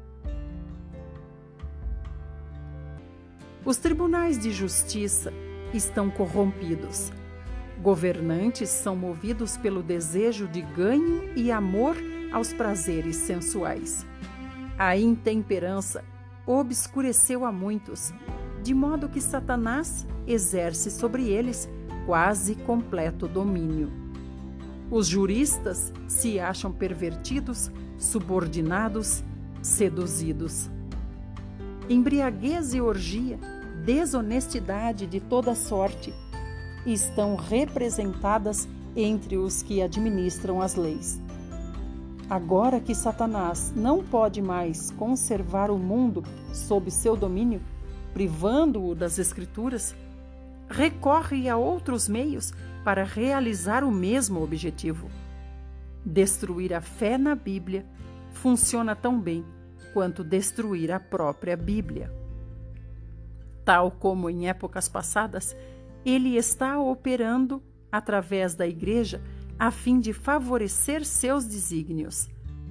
Os tribunais de justiça estão corrompidos. Governantes são movidos pelo desejo de ganho e amor aos prazeres sensuais. A intemperança obscureceu a muitos, de modo que Satanás exerce sobre eles quase completo domínio. Os juristas se acham pervertidos, subordinados, seduzidos. Embriaguez e orgia, desonestidade de toda sorte, estão representadas entre os que administram as leis. Agora que Satanás não pode mais conservar o mundo sob seu domínio, privando-o das Escrituras, recorre a outros meios para realizar o mesmo objetivo. Destruir a fé na Bíblia funciona tão bem quanto destruir a própria Bíblia. Tal como em épocas passadas, ele está operando através da Igreja a fim de favorecer seus desígnios.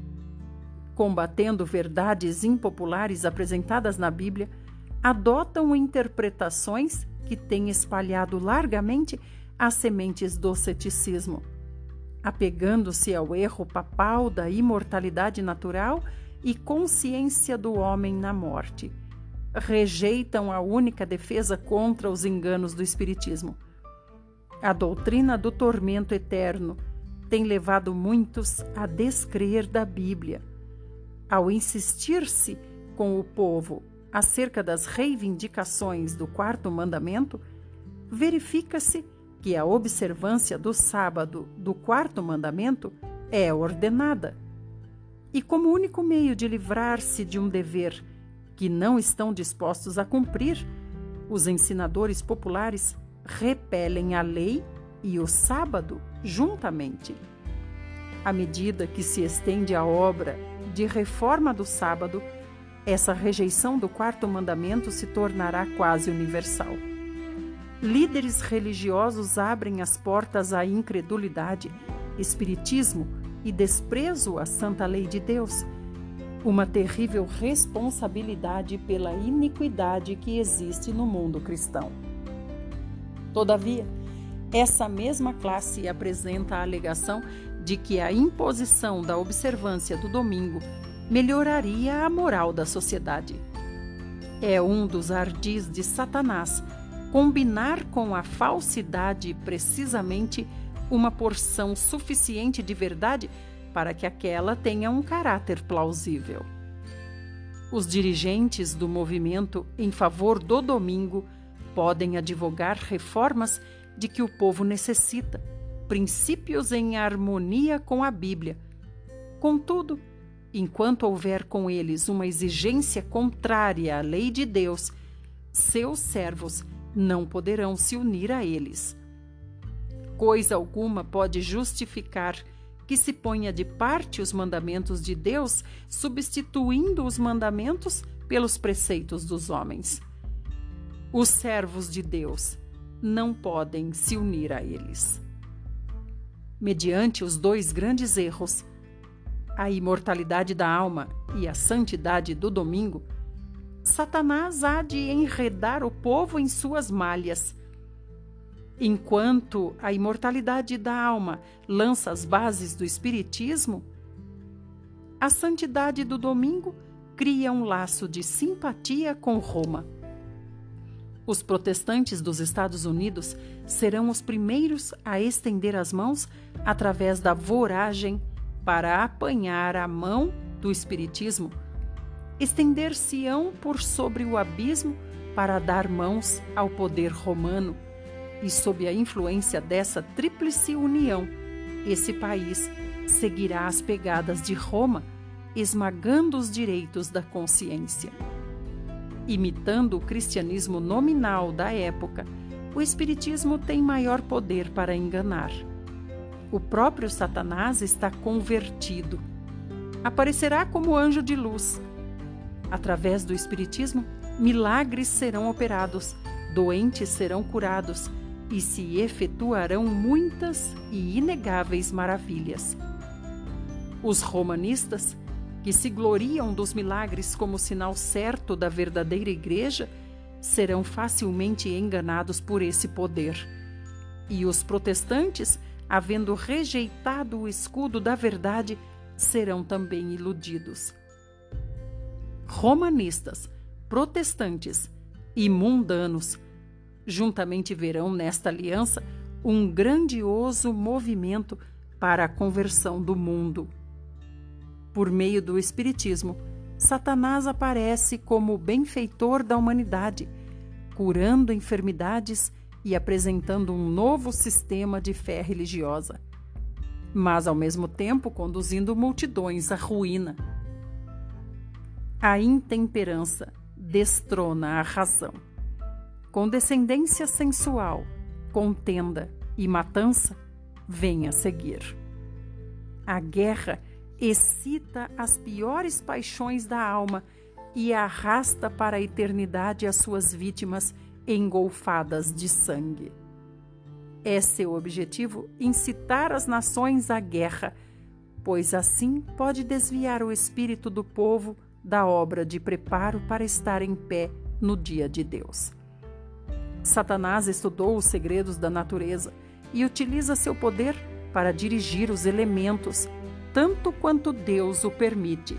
Combatendo verdades impopulares apresentadas na Bíblia, adotam interpretações que têm espalhado largamente as sementes do ceticismo. Apegando-se ao erro papal da imortalidade natural e consciência do homem na morte, rejeitam a única defesa contra os enganos do Espiritismo. A doutrina do tormento eterno tem levado muitos a descrer da Bíblia. Ao insistir-se com o povo acerca das reivindicações do quarto mandamento, verifica-se que a observância do sábado do quarto mandamento é ordenada. E como único meio de livrar-se de um dever que não estão dispostos a cumprir, os ensinadores populares repelem a lei e o sábado juntamente. À medida que se estende a obra de reforma do sábado, essa rejeição do quarto mandamento se tornará quase universal. Líderes religiosos abrem as portas à incredulidade, espiritismo e desprezo à santa lei de Deus, uma terrível responsabilidade pela iniquidade que existe no mundo cristão. Todavia, essa mesma classe apresenta a alegação de que a imposição da observância do domingo melhoraria a moral da sociedade. É um dos ardis de Satanás combinar com a falsidade precisamente uma porção suficiente de verdade para que aquela tenha um caráter plausível. Os dirigentes do movimento em favor do domingo podem advogar reformas de que o povo necessita, princípios em harmonia com a Bíblia. Contudo, enquanto houver com eles uma exigência contrária à lei de Deus, seus servos não poderão se unir a eles. Coisa alguma pode justificar que se ponha de parte os mandamentos de Deus, substituindo os mandamentos pelos preceitos dos homens. Os servos de Deus não podem se unir a eles. Mediante os dois grandes erros, a imortalidade da alma e a santidade do domingo, Satanás há de enredar o povo em suas malhas. Enquanto a imortalidade da alma lança as bases do espiritismo, a santidade do domingo cria um laço de simpatia com Roma. Os protestantes dos Estados Unidos serão os primeiros a estender as mãos através da voragem para apanhar a mão do espiritismo. Estender-se-ão por sobre o abismo para dar mãos ao poder romano, e sob a influência dessa tríplice união, esse país seguirá as pegadas de Roma, esmagando os direitos da consciência. Imitando o cristianismo nominal da época, o espiritismo tem maior poder para enganar. O próprio Satanás está convertido. Aparecerá como anjo de luz. Através do espiritismo, milagres serão operados, doentes serão curados e se efetuarão muitas e inegáveis maravilhas. Os romanistas, que se gloriam dos milagres como sinal certo da verdadeira igreja, serão facilmente enganados por esse poder. E os protestantes, havendo rejeitado o escudo da verdade, serão também iludidos. Romanistas, protestantes e mundanos juntamente verão nesta aliança um grandioso movimento para a conversão do mundo. Por meio do espiritismo, Satanás aparece como o benfeitor da humanidade, curando enfermidades e apresentando um novo sistema de fé religiosa, mas ao mesmo tempo conduzindo multidões à ruína. A intemperança destrona a razão. Condescendência sensual, contenda e matança vêm a seguir. A guerra excita as piores paixões da alma e arrasta para a eternidade as suas vítimas engolfadas de sangue. É seu objetivo incitar as nações à guerra, pois assim pode desviar o espírito do povo da obra de preparo para estar em pé no dia de Deus. Satanás estudou os segredos da natureza e utiliza seu poder para dirigir os elementos, tanto quanto Deus o permite.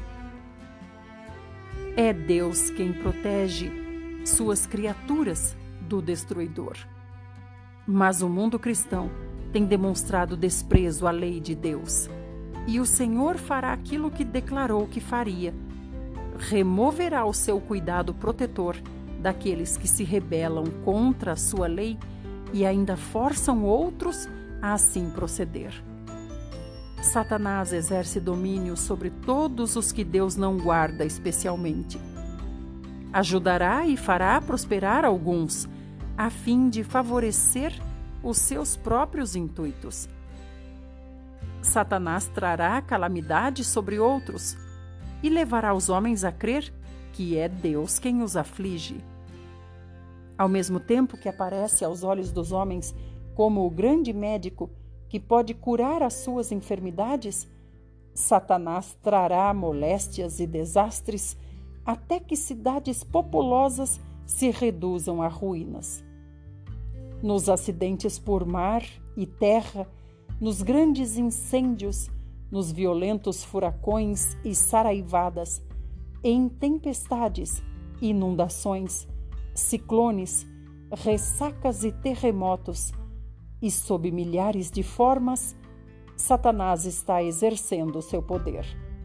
É Deus quem protege suas criaturas do destruidor. Mas o mundo cristão tem demonstrado desprezo à lei de Deus. E o Senhor fará aquilo que declarou que faria. Removerá o seu cuidado protetor daqueles que se rebelam contra a sua lei e ainda forçam outros a assim proceder. Satanás exerce domínio sobre todos os que Deus não guarda especialmente. Ajudará e fará prosperar alguns, a fim de favorecer os seus próprios intuitos. Satanás trará calamidade sobre outros e levará os homens a crer que é Deus quem os aflige. Ao mesmo tempo que aparece aos olhos dos homens como o grande médico que pode curar as suas enfermidades, Satanás trará moléstias e desastres até que cidades populosas se reduzam a ruínas. Nos acidentes por mar e terra, nos grandes incêndios, nos violentos furacões e saraivadas, em tempestades, inundações, ciclones, ressacas e terremotos, e sob milhares de formas, Satanás está exercendo seu poder.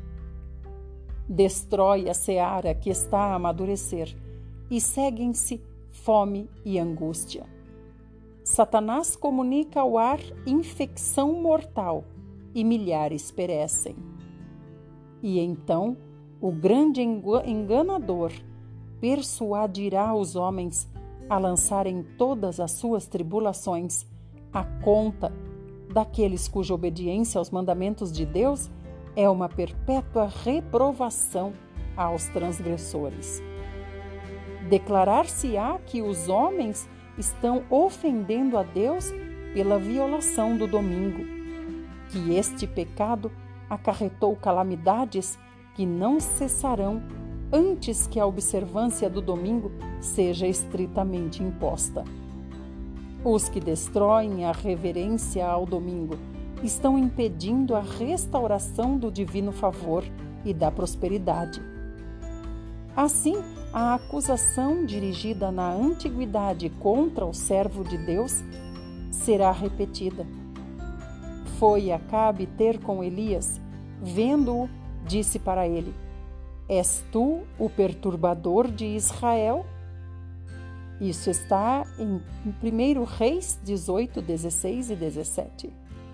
Destrói a seara que está a amadurecer e seguem-se fome e angústia. Satanás comunica ao ar infecção mortal e milhares perecem. E então o grande enganador persuadirá os homens a lançarem todas as suas tribulações à conta daqueles cuja obediência aos mandamentos de Deus é uma perpétua reprovação aos transgressores. Declarar-se-á que os homens estão ofendendo a Deus pela violação do domingo, que este pecado acarretou calamidades que não cessarão antes que a observância do domingo seja estritamente imposta. Os que destroem a reverência ao domingo estão impedindo a restauração do divino favor e da prosperidade. Assim, a acusação dirigida na antiguidade contra o servo de Deus será repetida. Foi Acabe ter com Elias, vendo-o, disse para ele: És tu o perturbador de Israel? Isso está em 1 Reis 18, 16 e 17.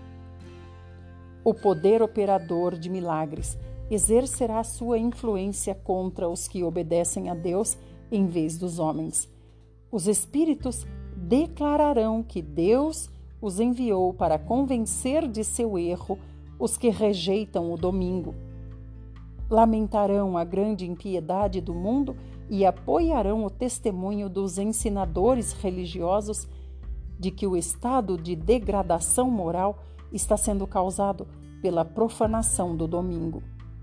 O poder operador de milagres exercerá sua influência contra os que obedecem a Deus em vez dos homens. Os espíritos declararão que Deus os enviou para convencer de seu erro os que rejeitam o domingo. Lamentarão a grande impiedade do mundo e apoiarão o testemunho dos ensinadores religiosos de que o estado de degradação moral está sendo causado pela profanação do domingo.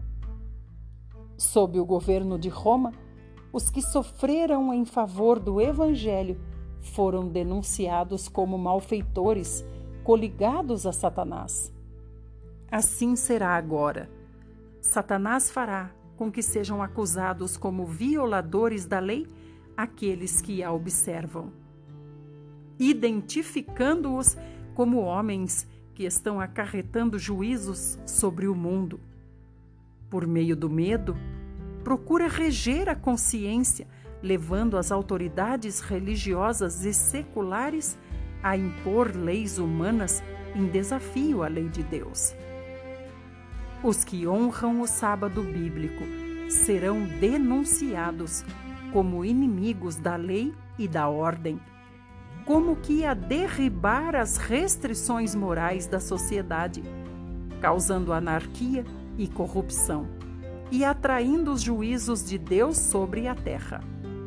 Sob o governo de Roma, os que sofreram em favor do Evangelho foram denunciados como malfeitores, coligados a Satanás. Assim será agora. Satanás fará com que sejam acusados como violadores da lei aqueles que a observam, identificando-os como homens que estão acarretando juízos sobre o mundo. Por meio do medo, procura reger a consciência, levando as autoridades religiosas e seculares a impor leis humanas em desafio à lei de Deus. Os que honram o sábado bíblico serão denunciados como inimigos da lei e da ordem, como que a derribar as restrições morais da sociedade, causando anarquia e corrupção e atraindo os juízos de Deus sobre a terra.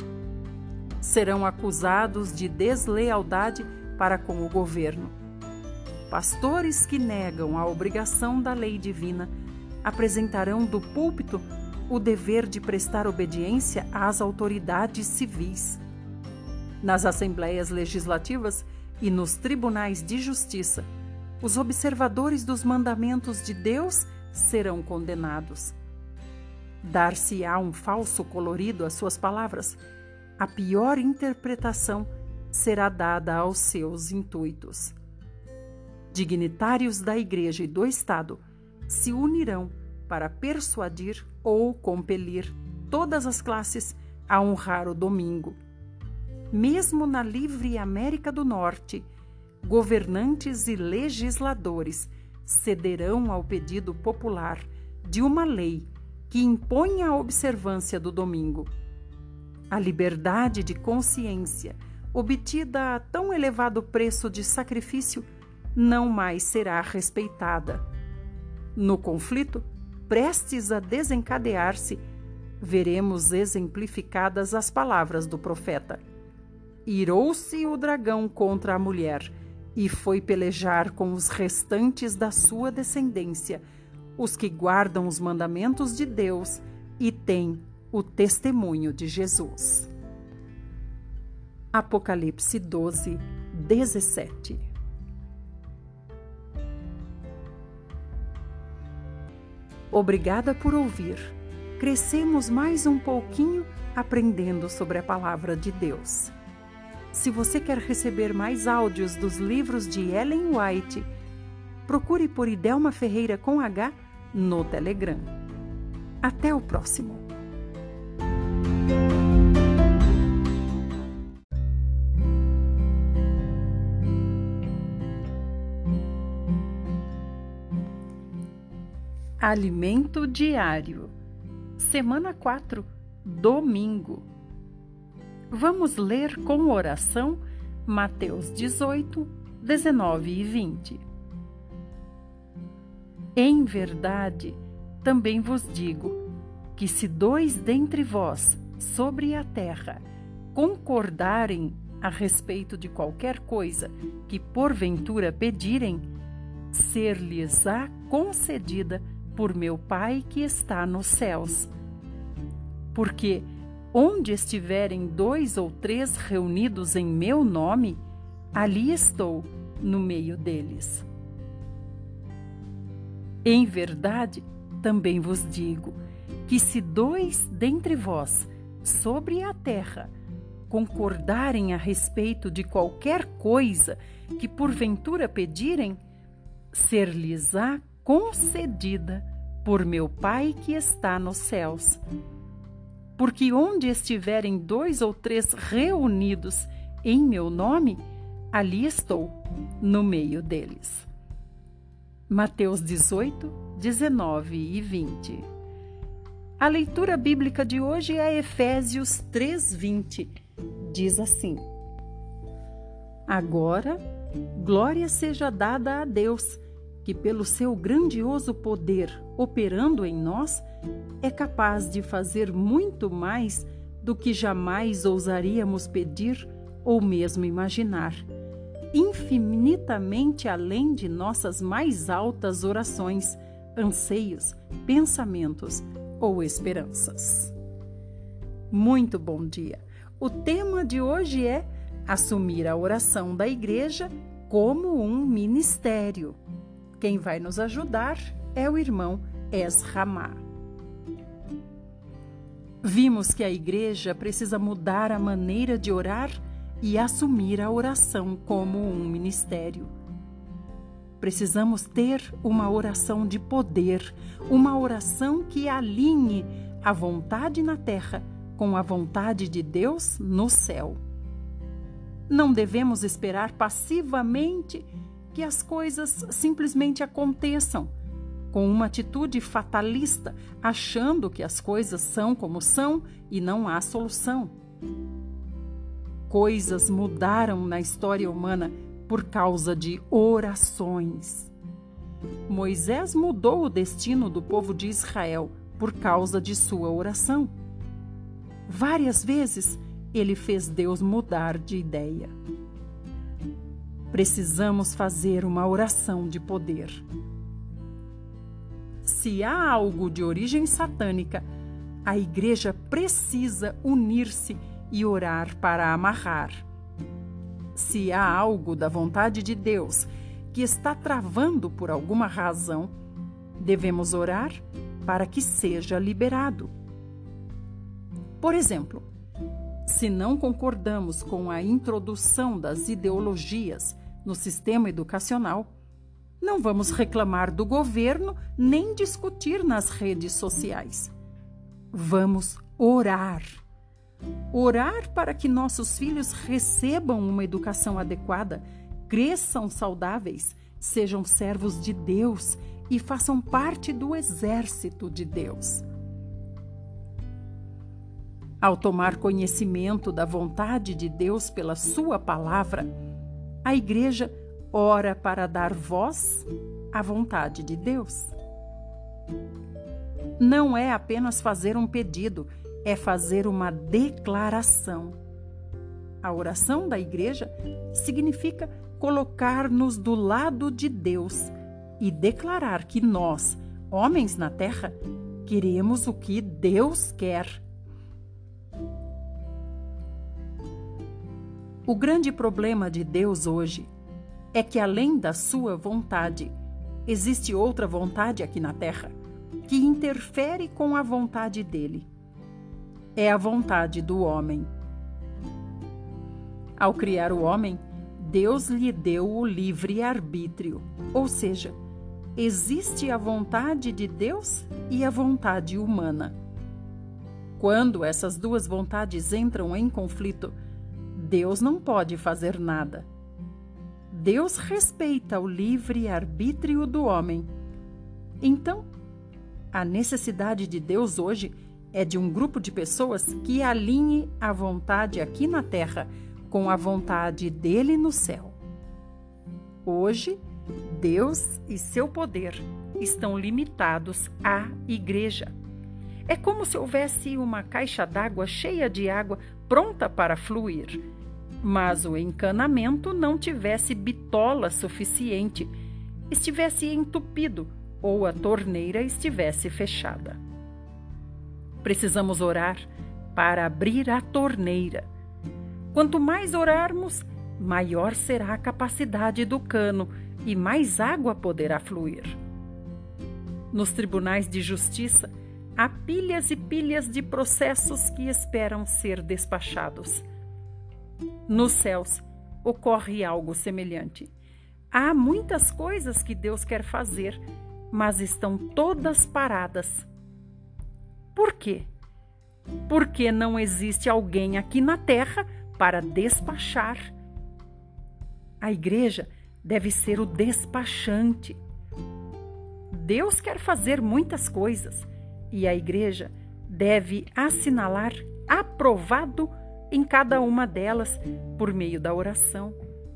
Serão acusados de deslealdade para com o governo. Pastores que negam a obrigação da lei divina apresentarão do púlpito o dever de prestar obediência às autoridades civis. Nas assembleias legislativas e nos tribunais de justiça, os observadores dos mandamentos de Deus serão condenados. Dar-se-á um falso colorido às suas palavras. A pior interpretação será dada aos seus intuitos. Dignitários da Igreja e do Estado se unirão para persuadir ou compelir todas as classes a honrar o domingo. Mesmo na livre América do Norte, governantes e legisladores cederão ao pedido popular de uma lei que imponha a observância do domingo. A liberdade de consciência, obtida a tão elevado preço de sacrifício, não mais será respeitada. No conflito, prestes a desencadear-se, veremos exemplificadas as palavras do profeta: irou-se o dragão contra a mulher e foi pelejar com os restantes da sua descendência, os que guardam os mandamentos de Deus e têm o testemunho de Jesus. Apocalipse 12, 17. Obrigada por ouvir. Crescemos mais um pouquinho aprendendo sobre a palavra de Deus. Se você quer receber mais áudios dos livros de Ellen White, procure por Idelma Ferreira com H no Telegram. Até o próximo. Alimento diário. Semana 4, domingo. Vamos ler com oração Mateus 18, 19 e 20. Em verdade, também vos digo, que se 2 dentre vós, sobre a terra, concordarem a respeito de qualquer coisa que porventura pedirem, ser-lhes-á concedida por meu Pai que está nos céus. Porque onde estiverem 2 ou 3 reunidos em meu nome, ali estou no meio deles. Em verdade, também vos digo, que se 2 dentre vós, sobre a terra, concordarem a respeito de qualquer coisa que porventura pedirem, ser-lhes-á concedida por meu Pai que está nos céus. Porque onde estiverem 2 ou 3 reunidos em meu nome, ali estou, no meio deles. Mateus 18, 19 e 20. A leitura bíblica de hoje é Efésios 3:20. Diz assim: Agora, glória seja dada a Deus, que pelo seu grandioso poder operando em nós, é capaz de fazer muito mais do que jamais ousaríamos pedir ou mesmo imaginar, infinitamente além de nossas mais altas orações, anseios, pensamentos ou esperanças. Muito bom dia! O tema de hoje é assumir a oração da igreja como um ministério. Quem vai nos ajudar é o irmão Esramá. Vimos que a igreja precisa mudar a maneira de orar e assumir a oração como um ministério. Precisamos ter uma oração de poder, uma oração que alinhe a vontade na terra com a vontade de Deus no céu. Não devemos esperar passivamente que as coisas simplesmente aconteçam, com uma atitude fatalista, achando que as coisas são como são e não há solução. Coisas mudaram na história humana por causa de orações. Moisés mudou o destino do povo de Israel por causa de sua oração. Várias vezes ele fez Deus mudar de ideia. Precisamos fazer uma oração de poder. Se há algo de origem satânica, a igreja precisa unir-se e orar para amarrar. Se há algo da vontade de Deus que está travando por alguma razão, devemos orar para que seja liberado. Por exemplo, se não concordamos com a introdução das ideologias no sistema educacional, não vamos reclamar do governo nem discutir nas redes sociais. Vamos orar. Orar para que nossos filhos recebam uma educação adequada, cresçam saudáveis, sejam servos de Deus e façam parte do exército de Deus. Ao tomar conhecimento da vontade de Deus pela sua palavra, a igreja ora para dar voz à vontade de Deus. Não é apenas fazer um pedido, é fazer uma declaração. A oração da igreja significa colocar-nos do lado de Deus e declarar que nós, homens na terra, queremos o que Deus quer. O grande problema de Deus hoje é que, além da sua vontade, existe outra vontade aqui na terra que interfere com a vontade dele. É a vontade do homem. Ao criar o homem, Deus lhe deu o livre-arbítrio, ou seja, existe a vontade de Deus e a vontade humana. Quando essas duas vontades entram em conflito, Deus não pode fazer nada. Deus respeita o livre-arbítrio do homem. Então, a necessidade de Deus hoje é de um grupo de pessoas que alinhe a vontade aqui na terra com a vontade dele no céu. Hoje, Deus e seu poder estão limitados à igreja. É como se houvesse uma caixa d'água cheia de água pronta para fluir, mas o encanamento não tivesse bitola suficiente, estivesse entupido ou a torneira estivesse fechada. Precisamos orar para abrir a torneira. Quanto mais orarmos, maior será a capacidade do cano e mais água poderá fluir. Nos tribunais de justiça, há pilhas e pilhas de processos que esperam ser despachados. Nos céus, ocorre algo semelhante. Há muitas coisas que Deus quer fazer, mas estão todas paradas. Por quê? Porque não existe alguém aqui na terra para despachar. A igreja deve ser o despachante. Deus quer fazer muitas coisas e a igreja deve assinalar aprovado em cada uma delas por meio da oração.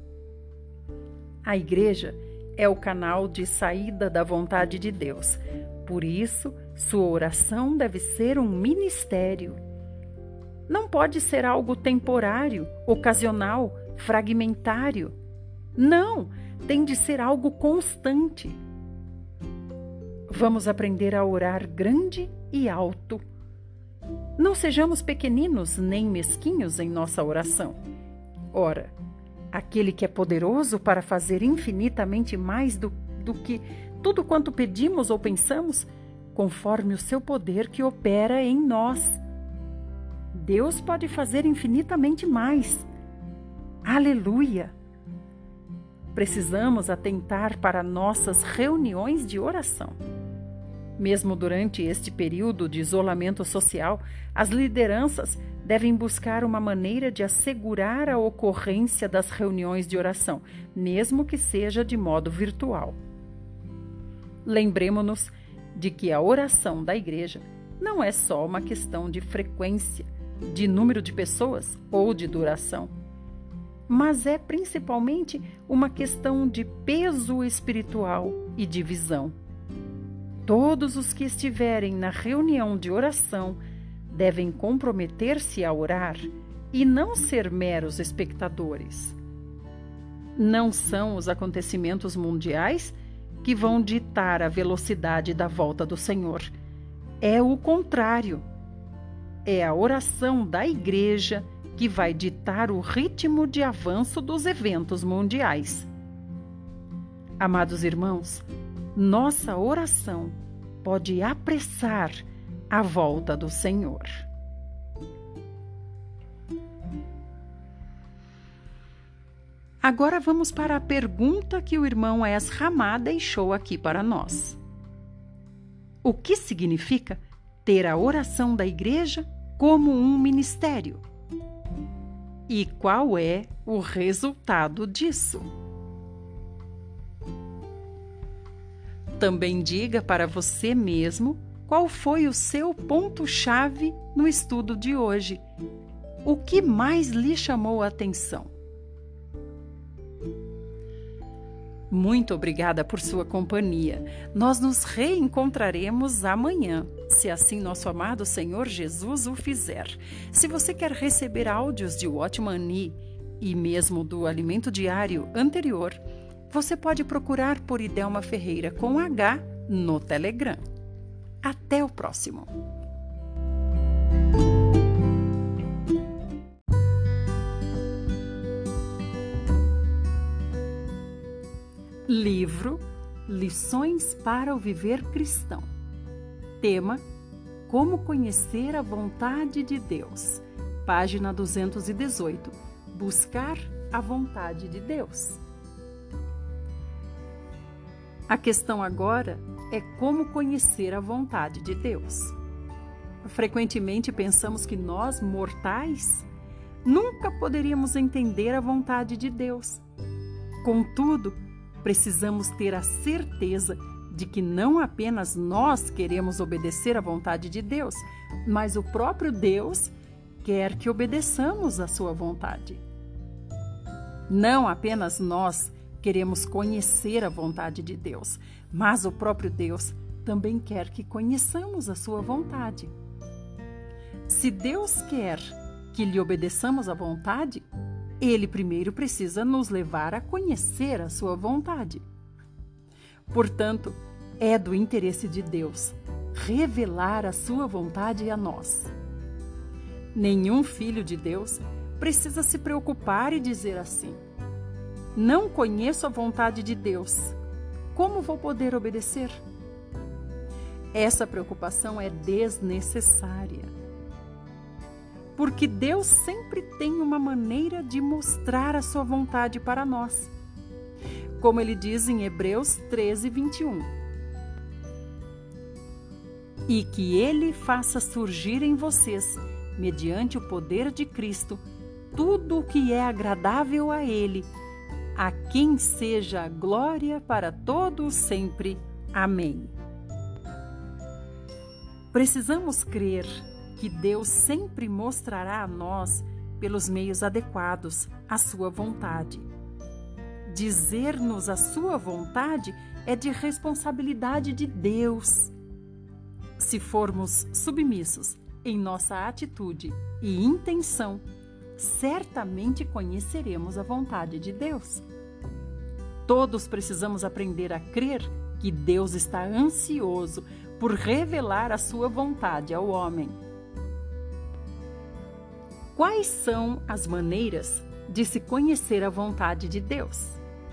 A igreja é o canal de saída da vontade de Deus. Por isso, sua oração deve ser um ministério. Não pode ser algo temporário, ocasional, fragmentário. Não, tem de ser algo constante. Vamos aprender a orar grande e alto. Não sejamos pequeninos nem mesquinhos em nossa oração. Ora, aquele que é poderoso para fazer infinitamente mais do que tudo quanto pedimos ou pensamos, conforme o seu poder que opera em nós. Deus pode fazer infinitamente mais. Aleluia! Precisamos atentar para nossas reuniões de oração. Mesmo durante este período de isolamento social, as lideranças devem buscar uma maneira de assegurar a ocorrência das reuniões de oração, mesmo que seja de modo virtual. Lembremos-nos de que a oração da igreja não é só uma questão de frequência, de número de pessoas ou de duração, mas é principalmente uma questão de peso espiritual e de visão. Todos os que estiverem na reunião de oração devem comprometer-se a orar e não ser meros espectadores. Não são os acontecimentos mundiais que vão ditar a velocidade da volta do Senhor. É o contrário. É a oração da igreja que vai ditar o ritmo de avanço dos eventos mundiais. Amados irmãos, nossa oração pode apressar a volta do Senhor. Agora vamos para a pergunta que o irmão Esramá deixou aqui para nós. O que significa ter a oração da igreja como um ministério? E qual é o resultado disso? Também diga para você mesmo qual foi o seu ponto-chave no estudo de hoje. O que mais lhe chamou a atenção? Muito obrigada por sua companhia. Nós nos reencontraremos amanhã, se assim nosso amado Senhor Jesus o fizer. Se você quer receber áudios de Watchman Nee e mesmo do Alimento Diário anterior, você pode procurar por Idelma Ferreira com H no Telegram. Até o próximo! Livro Lições para o Viver Cristão. Tema: Como conhecer a vontade de Deus. Página 218. Buscar a vontade de Deus. A questão agora é como conhecer a vontade de Deus. Frequentemente pensamos que nós, mortais, nunca poderíamos entender a vontade de Deus. Contudo, precisamos ter a certeza de que não apenas nós queremos obedecer à vontade de Deus, mas o próprio Deus quer que obedeçamos à sua vontade. Não apenas nós queremos conhecer a vontade de Deus, mas o próprio Deus também quer que conheçamos a sua vontade. Se Deus quer que lhe obedeçamos à vontade, Ele primeiro precisa nos levar a conhecer a sua vontade. Portanto, É do interesse de Deus revelar a sua vontade a nós. Nenhum filho de Deus precisa se preocupar e dizer assim: não conheço a vontade de Deus, como vou poder obedecer? Essa preocupação é desnecessária, porque Deus sempre tem uma maneira de mostrar a sua vontade para nós. Como ele diz em Hebreus 13:21. E que ele faça surgir em vocês, mediante o poder de Cristo, tudo o que é agradável a ele, a quem seja a glória para todos sempre. Amém. Precisamos crer que Deus sempre mostrará a nós, pelos meios adequados, a sua vontade. Dizer-nos a sua vontade é de responsabilidade de Deus. Se formos submissos em nossa atitude e intenção, certamente conheceremos a vontade de Deus. Todos precisamos aprender a crer que Deus está ansioso por revelar a sua vontade ao homem. Quais são as maneiras de se conhecer a vontade de Deus?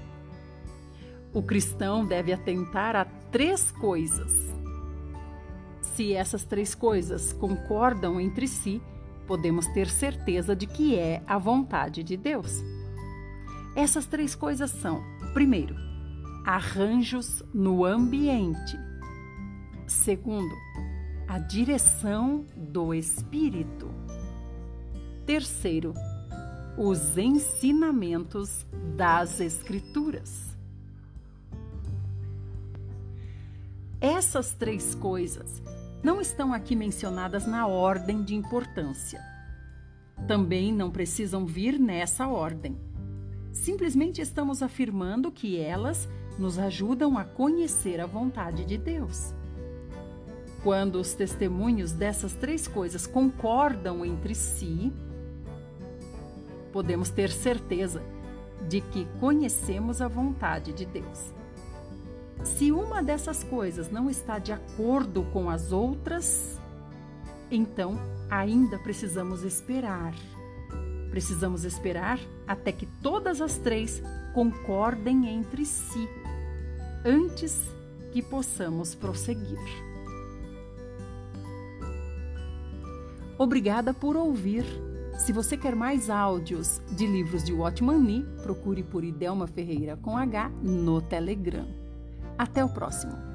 O cristão deve atentar a 3 coisas. Se essas 3 coisas concordam entre si, podemos ter certeza de que é a vontade de Deus. Essas 3 coisas são: primeiro, arranjos no ambiente. Segundo, a direção do Espírito. Terceiro, os ensinamentos das Escrituras. Essas 3 coisas não estão aqui mencionadas na ordem de importância. Também não precisam vir nessa ordem. Simplesmente estamos afirmando que elas nos ajudam a conhecer a vontade de Deus. Quando os testemunhos dessas 3 coisas concordam entre si, podemos ter certeza de que conhecemos a vontade de Deus. Se uma dessas coisas não está de acordo com as outras, então ainda precisamos esperar. Precisamos esperar até que todas as 3 concordem entre si, antes que possamos prosseguir. Obrigada por ouvir. Se você quer mais áudios de livros de Watchman Nee, procure por Idelma Ferreira com H no Telegram. Até o próximo.